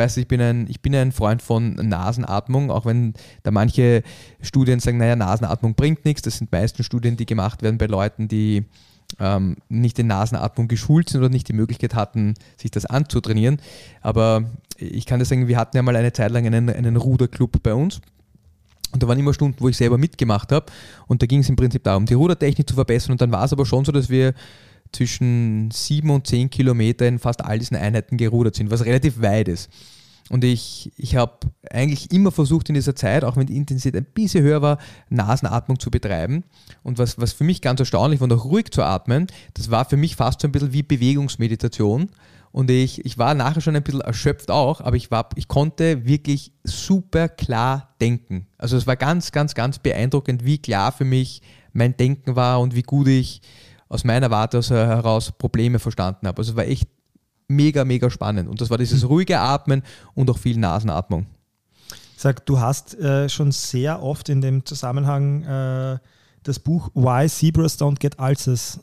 ein Freund von Nasenatmung, auch wenn da manche Studien sagen, naja, Nasenatmung bringt nichts. Das sind meistens Studien, die gemacht werden bei Leuten, die nicht in Nasenatmung geschult sind oder nicht die Möglichkeit hatten, sich das anzutrainieren. Aber ich kann das sagen, wir hatten ja mal eine Zeit lang einen Ruderclub bei uns. Und da waren immer Stunden, wo ich selber mitgemacht habe. Und da ging es im Prinzip darum, die Rudertechnik zu verbessern. Und dann war es aber schon so, dass wir zwischen 7 und 10 Kilometer in fast all diesen Einheiten gerudert sind, was relativ weit ist. Und ich habe eigentlich immer versucht in dieser Zeit, auch wenn die Intensität ein bisschen höher war, Nasenatmung zu betreiben. Und was für mich ganz erstaunlich war, und auch ruhig zu atmen, das war für mich fast so ein bisschen wie Bewegungsmeditation. Und ich war nachher schon ein bisschen erschöpft auch, aber ich konnte wirklich super klar denken. Also es war ganz, ganz, ganz beeindruckend, wie klar für mich mein Denken war und wie gut ich aus meiner Warte heraus Probleme verstanden habe. Also es war echt mega, mega spannend. Und das war dieses ruhige Atmen und auch viel Nasenatmung. Sag, du hast schon sehr oft in dem Zusammenhang das Buch Why Zebras Don't Get Ulcers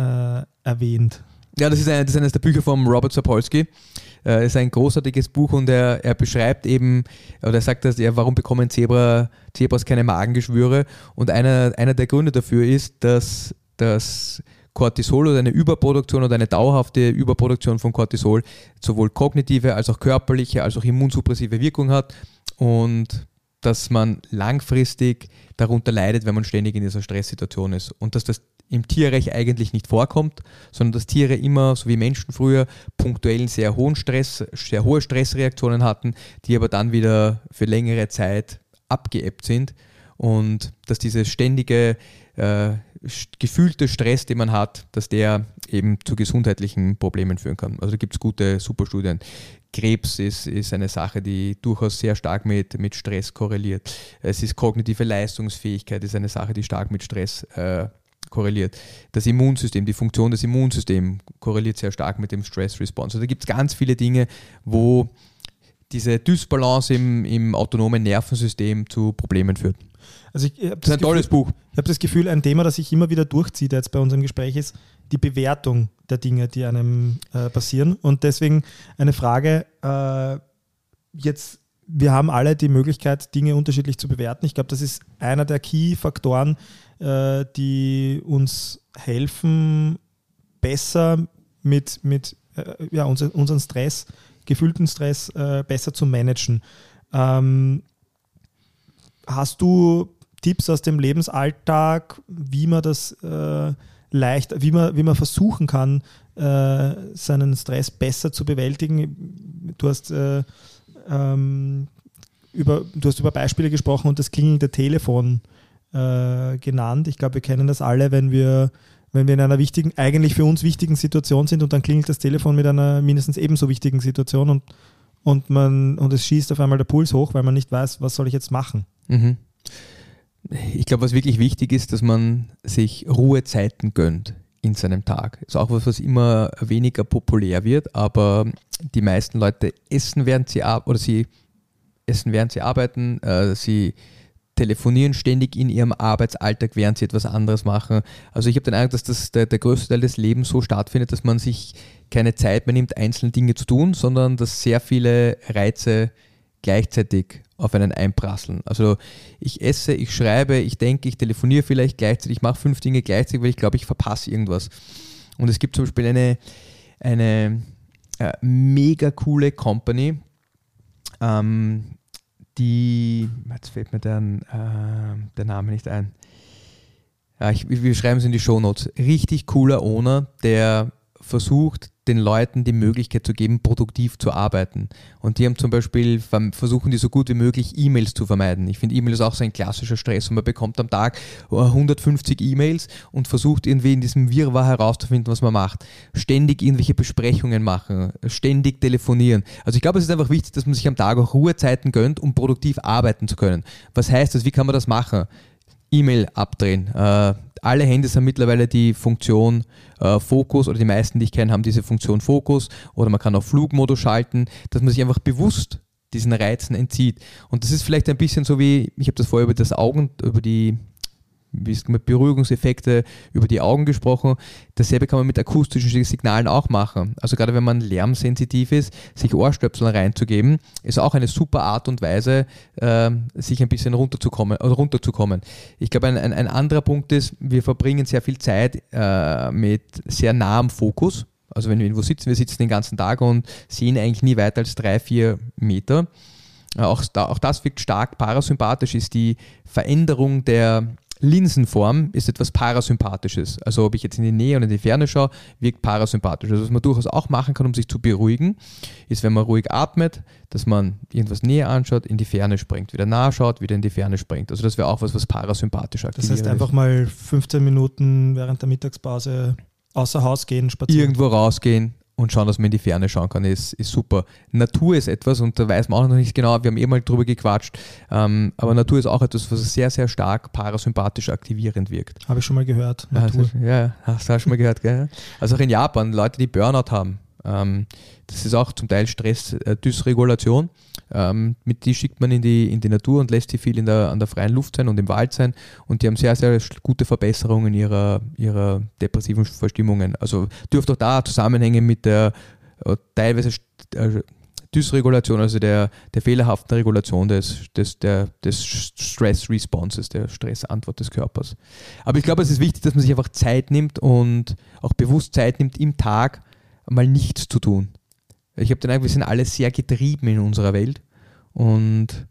erwähnt. Ja, das ist eines der Bücher von Robert Sapolsky. Es ist ein großartiges Buch und er beschreibt eben, oder er sagt, warum bekommen Zebras keine Magengeschwüre? Und einer der Gründe dafür ist, dass das Cortisol oder eine Überproduktion oder eine dauerhafte Überproduktion von Cortisol sowohl kognitive als auch körperliche als auch immunsuppressive Wirkung hat und dass man langfristig darunter leidet, wenn man ständig in dieser Stresssituation ist und dass das im Tierreich eigentlich nicht vorkommt, sondern dass Tiere immer, so wie Menschen früher, punktuell sehr hohe Stressreaktionen hatten, die aber dann wieder für längere Zeit abgeebbt sind und dass dieses ständige gefühlte Stress, den man hat, dass der eben zu gesundheitlichen Problemen führen kann. Also da gibt es gute, super Studien. Krebs ist eine Sache, die durchaus sehr stark mit Stress korreliert. Es ist kognitive Leistungsfähigkeit, ist eine Sache, die stark mit Stress korreliert. Das Immunsystem, die Funktion des Immunsystems korreliert sehr stark mit dem Stress Response. Also da gibt es ganz viele Dinge, wo diese Dysbalance im autonomen Nervensystem zu Problemen führt. Also das ist ein tolles Buch. Ich habe das Gefühl, ein Thema, das sich immer wieder durchzieht jetzt bei unserem Gespräch, ist die Bewertung der Dinge, die einem passieren. Und deswegen eine Frage, wir haben alle die Möglichkeit, Dinge unterschiedlich zu bewerten. Ich glaube, das ist einer der Key-Faktoren, die uns helfen, besser mit unseren Stress, gefühlten Stress besser zu managen. Hast du Tipps aus dem Lebensalltag, wie man das wie man versuchen kann, seinen Stress besser zu bewältigen? Du hast über Beispiele gesprochen und das klingelnde Telefon genannt. Ich glaube, wir kennen das alle, wenn wir in einer wichtigen, eigentlich für uns wichtigen Situation sind und dann klingelt das Telefon mit einer mindestens ebenso wichtigen Situation und es schießt auf einmal der Puls hoch, weil man nicht weiß, was soll ich jetzt machen. Mhm. Ich glaube, was wirklich wichtig ist, dass man sich Ruhezeiten gönnt in seinem Tag. Das ist auch was immer weniger populär wird, aber die meisten Leute essen, während sie arbeiten, sie telefonieren ständig in ihrem Arbeitsalltag, während sie etwas anderes machen. Also ich habe den Eindruck, dass der größte Teil des Lebens so stattfindet, dass man sich keine Zeit mehr nimmt, einzelne Dinge zu tun, sondern dass sehr viele Reize gleichzeitig auf einen einprasseln. Also ich esse, ich schreibe, ich denke, ich telefoniere vielleicht gleichzeitig, ich mache 5 Dinge gleichzeitig, weil ich glaube, ich verpasse irgendwas. Und es gibt zum Beispiel eine mega coole Company, jetzt fällt mir der Name nicht ein. Ja, wir schreiben es in die Shownotes. Richtig cooler Owner, der versucht, den Leuten die Möglichkeit zu geben, produktiv zu arbeiten. Und die haben zum Beispiel, versuchen die so gut wie möglich E-Mails zu vermeiden. Ich finde, E-Mail ist auch so ein klassischer Stress und man bekommt am Tag 150 E-Mails und versucht irgendwie in diesem Wirrwarr herauszufinden, was man macht. Ständig irgendwelche Besprechungen machen, ständig telefonieren. Also ich glaube, es ist einfach wichtig, dass man sich am Tag auch Ruhezeiten gönnt, um produktiv arbeiten zu können. Was heißt das? Wie kann man das machen? E-Mail abdrehen. Alle Handys haben mittlerweile die Funktion Fokus, oder die meisten, die ich kenne, haben diese Funktion Fokus, oder man kann auf Flugmodus schalten, dass man sich einfach bewusst diesen Reizen entzieht. Und das ist vielleicht ein bisschen so wie, ich habe das vorher über das Augen, über die Beruhigungseffekte über die Augen gesprochen. Dasselbe kann man mit akustischen Signalen auch machen. Also gerade wenn man lärmsensitiv ist, sich Ohrstöpsel reinzugeben, ist auch eine super Art und Weise, sich ein bisschen runterzukommen. Ich glaube, ein anderer Punkt ist, wir verbringen sehr viel Zeit mit sehr nahem Fokus. Also wenn wir irgendwo sitzen, wir sitzen den ganzen Tag und sehen eigentlich nie weiter als 3-4 Meter. Auch das wirkt stark parasympathisch, ist die Veränderung der Linsenform ist etwas Parasympathisches. Also ob ich jetzt in die Nähe oder in die Ferne schaue, wirkt parasympathisch. Also was man durchaus auch machen kann, um sich zu beruhigen, ist, wenn man ruhig atmet, dass man irgendwas näher anschaut, in die Ferne springt, wieder nah schaut, wieder in die Ferne springt. Also das wäre auch was parasympathisch aktiviert. Das heißt einfach mal 15 Minuten während der Mittagspause außer Haus gehen, spazieren. Irgendwo rausgehen und schauen, dass man in die Ferne schauen kann, ist super. Natur ist etwas, und da weiß man auch noch nicht genau, wir haben mal drüber gequatscht, aber Natur ist auch etwas, was sehr, sehr stark parasympathisch aktivierend wirkt. Habe ich schon mal gehört, Natur. Ja, hast du auch schon mal gehört, gell? Also auch in Japan, Leute, die Burnout haben, das ist auch zum Teil Stress-Dysregulation. Mit die schickt man in die Natur und lässt sie viel an der freien Luft sein und im Wald sein, und die haben sehr, sehr gute Verbesserungen ihrer depressiven Verstimmungen. Also dürfte auch da Zusammenhänge mit der teilweise Dysregulation, also der fehlerhaften Regulation des Stress-Responses, der Stressantwort des Körpers. Aber ich glaube, es ist wichtig, dass man sich einfach Zeit nimmt und auch bewusst Zeit nimmt, im Tag mal nichts zu tun. Ich habe den Eindruck, wir sind alle sehr getrieben in unserer Welt, und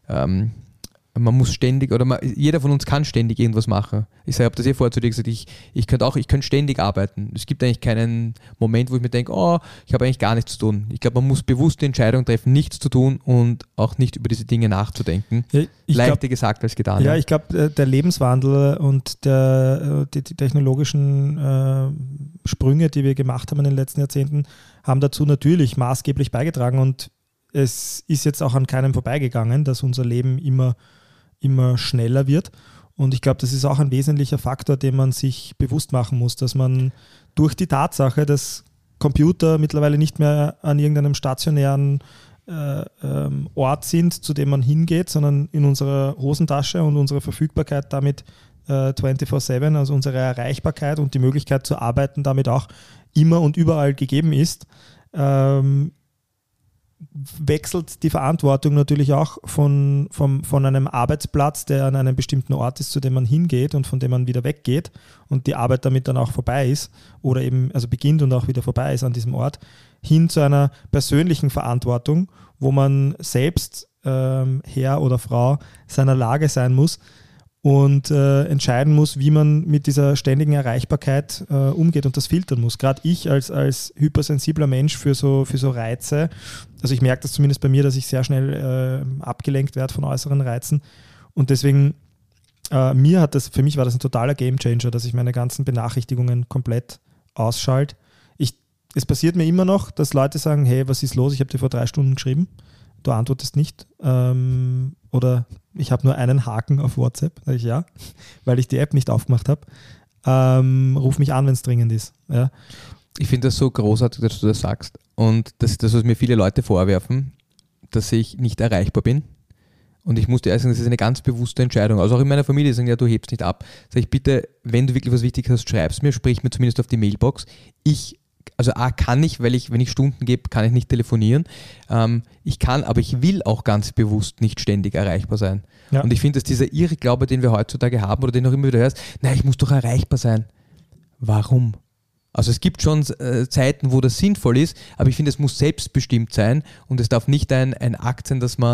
man muss ständig, jeder von uns kann ständig irgendwas machen. Ich habe das vorher zu dir gesagt, ich könnte ständig arbeiten. Es gibt eigentlich keinen Moment, wo ich mir denke, ich habe eigentlich gar nichts zu tun. Ich glaube, man muss bewusst die Entscheidung treffen, nichts zu tun und auch nicht über diese Dinge nachzudenken. Ja, leichter gesagt als getan. Ja, ich glaube, der Lebenswandel und die technologischen Sprünge, die wir gemacht haben in den letzten Jahrzehnten, haben dazu natürlich maßgeblich beigetragen, und es ist jetzt auch an keinem vorbeigegangen, dass unser Leben immer schneller wird. Und ich glaube, das ist auch ein wesentlicher Faktor, den man sich bewusst machen muss, dass man durch die Tatsache, dass Computer mittlerweile nicht mehr an irgendeinem stationären Ort sind, zu dem man hingeht, sondern in unserer Hosentasche und unsere Verfügbarkeit damit 24/7, also unsere Erreichbarkeit und die Möglichkeit zu arbeiten damit auch immer und überall gegeben ist, wechselt die Verantwortung natürlich auch von einem Arbeitsplatz, der an einem bestimmten Ort ist, zu dem man hingeht und von dem man wieder weggeht und die Arbeit damit dann auch vorbei ist oder eben also beginnt und auch wieder vorbei ist an diesem Ort, hin zu einer persönlichen Verantwortung, wo man selbst Herr oder Frau seiner Lage sein muss und entscheiden muss, wie man mit dieser ständigen Erreichbarkeit umgeht und das filtern muss. Gerade ich als hypersensibler Mensch für so Reize, also ich merke das zumindest bei mir, dass ich sehr schnell abgelenkt werde von äußeren Reizen und deswegen für mich war das ein totaler Gamechanger, dass ich meine ganzen Benachrichtigungen komplett ausschalte. Es passiert mir immer noch, dass Leute sagen, hey, was ist los? Ich habe dir vor 3 Stunden geschrieben, du antwortest nicht. Oder ich habe nur einen Haken auf WhatsApp, sage ich ja, weil ich die App nicht aufgemacht habe. Ruf mich an, wenn es dringend ist. Ja. Ich finde das so großartig, dass du das sagst. Und das ist das, was mir viele Leute vorwerfen, dass ich nicht erreichbar bin. Und ich musste erst sagen, das ist eine ganz bewusste Entscheidung. Also auch in meiner Familie sagen, ja, du hebst nicht ab. Sag ich, bitte, wenn du wirklich was Wichtiges hast, schreib's mir, sprich mir zumindest auf die Mailbox. Kann ich, wenn ich Stunden gebe, kann ich nicht telefonieren. Ich kann, aber ich will auch ganz bewusst nicht ständig erreichbar sein. Ja. Und ich finde, dass dieser Irrglaube, den wir heutzutage haben oder den auch immer wieder hörst, ich muss doch erreichbar sein. Warum? Also es gibt schon Zeiten, wo das sinnvoll ist, aber ich finde, es muss selbstbestimmt sein und es darf nicht ein Akt sein, dass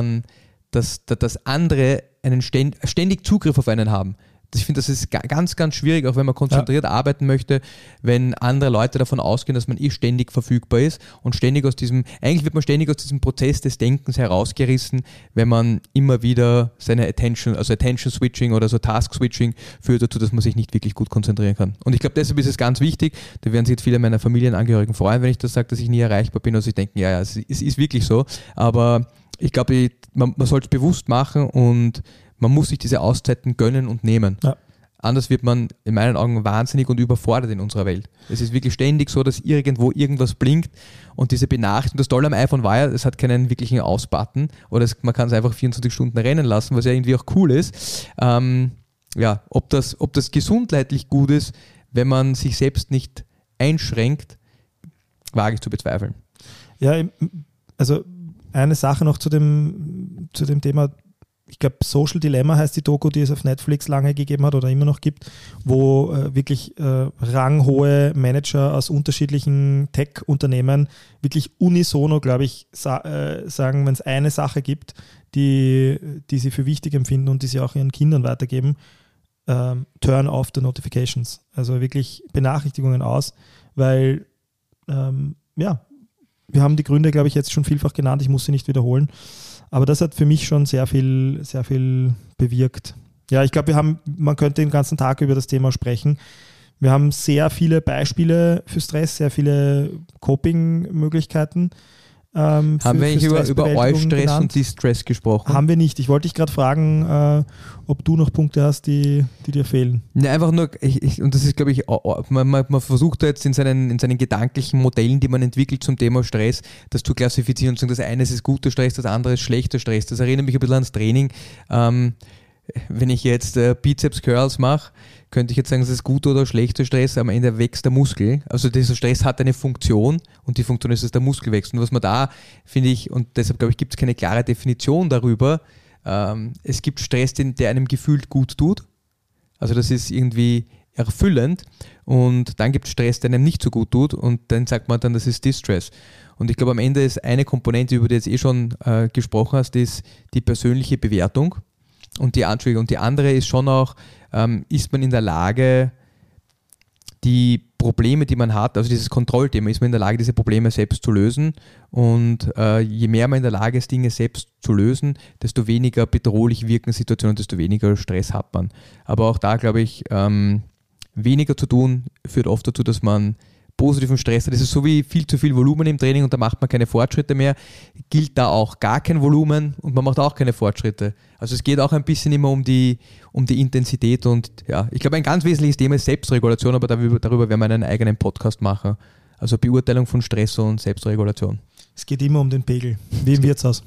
andere einen ständig Zugriff auf einen haben. Ich finde, das ist ganz, ganz schwierig, auch wenn man konzentriert arbeiten möchte, wenn andere Leute davon ausgehen, dass man ständig verfügbar ist und eigentlich wird man ständig aus diesem Prozess des Denkens herausgerissen, wenn man immer wieder seine Attention-Switching oder so Task-Switching führt dazu, dass man sich nicht wirklich gut konzentrieren kann. Und ich glaube, deshalb ist es ganz wichtig, da werden sich jetzt viele meiner Familienangehörigen freuen, wenn ich das sage, dass ich nie erreichbar bin, also sie denken, ja, es ist wirklich so, aber ich glaube, man soll es bewusst machen und man muss sich diese Auszeiten gönnen und nehmen. Ja. Anders wird man in meinen Augen wahnsinnig und überfordert in unserer Welt. Es ist wirklich ständig so, dass irgendwo irgendwas blinkt und diese Benachrichtigung, das Tolle am iPhone war ja, es hat keinen wirklichen Aus-Button oder man kann es einfach 24 Stunden rennen lassen, was ja irgendwie auch cool ist. Ob das gesundheitlich gut ist, wenn man sich selbst nicht einschränkt, wage ich zu bezweifeln. Ja, also eine Sache noch zu dem Thema. Ich glaube, Social Dilemma heißt die Doku, die es auf Netflix lange gegeben hat oder immer noch gibt, wo wirklich ranghohe Manager aus unterschiedlichen Tech-Unternehmen wirklich unisono, glaube ich, sagen, wenn es eine Sache gibt, die sie für wichtig empfinden und die sie auch ihren Kindern weitergeben, turn off the notifications. Also wirklich Benachrichtigungen aus, weil wir haben die Gründe, glaube ich, jetzt schon vielfach genannt, ich muss sie nicht wiederholen. Aber das hat für mich schon sehr viel bewirkt. Ja, ich glaube, man könnte den ganzen Tag über das Thema sprechen. Wir haben sehr viele Beispiele für Stress, sehr viele Coping-Möglichkeiten. Haben wir eigentlich über Eustress und Distress gesprochen? Haben wir nicht. Ich wollte dich gerade fragen, ob du noch Punkte hast, die dir fehlen. Ja, einfach nur, und das ist, glaube ich, man versucht da jetzt in seinen gedanklichen Modellen, die man entwickelt zum Thema Stress, das zu klassifizieren und zu sagen, das eine ist guter Stress, das andere ist schlechter Stress. Das erinnert mich ein bisschen ans Training. Wenn ich jetzt Bizeps Curls mache, könnte ich jetzt sagen, es ist guter oder schlechter Stress, am Ende wächst der Muskel. Also dieser Stress hat eine Funktion und die Funktion ist, dass der Muskel wächst. Und was man da, finde ich, und deshalb glaube ich, gibt es keine klare Definition darüber, es gibt Stress, der einem gefühlt gut tut. Also das ist irgendwie erfüllend und dann gibt es Stress, der einem nicht so gut tut und dann sagt man dann, das ist Distress. Und ich glaube, am Ende ist eine Komponente, über die du jetzt schon gesprochen hast, ist die persönliche Bewertung. Und die andere ist schon auch, ist man in der Lage, die Probleme, die man hat, also dieses Kontrollthema, ist man in der Lage, diese Probleme selbst zu lösen. Und je mehr man in der Lage ist, Dinge selbst zu lösen, desto weniger bedrohlich wirken Situationen, desto weniger Stress hat man. Aber auch da, glaube ich, weniger zu tun, führt oft dazu, dass man positiven Stress hat. Das ist so wie viel zu viel Volumen im Training und da macht man keine Fortschritte mehr. Gilt da auch gar kein Volumen und man macht auch keine Fortschritte. Also es geht auch ein bisschen immer um die Intensität und ja, ich glaube, ein ganz wesentliches Thema ist Selbstregulation, aber darüber werden wir einen eigenen Podcast machen. Also Beurteilung von Stress und Selbstregulation. Es geht immer um den Pegel, wie im Wirtshaus.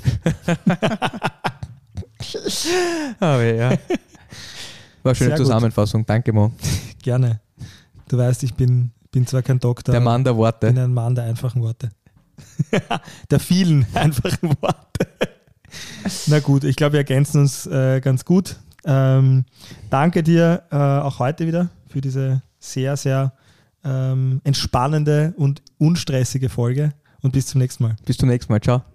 Aber ja. War eine schöne Zusammenfassung. Danke, Mo. Gerne. Du weißt, ich bin zwar kein Doktor. Der Mann der Worte. Ich bin ein Mann der einfachen Worte. Der vielen einfachen Worte. Na gut, ich glaube, wir ergänzen uns ganz gut. Danke dir auch heute wieder für diese sehr, sehr entspannende und unstressige Folge und bis zum nächsten Mal. Bis zum nächsten Mal. Ciao.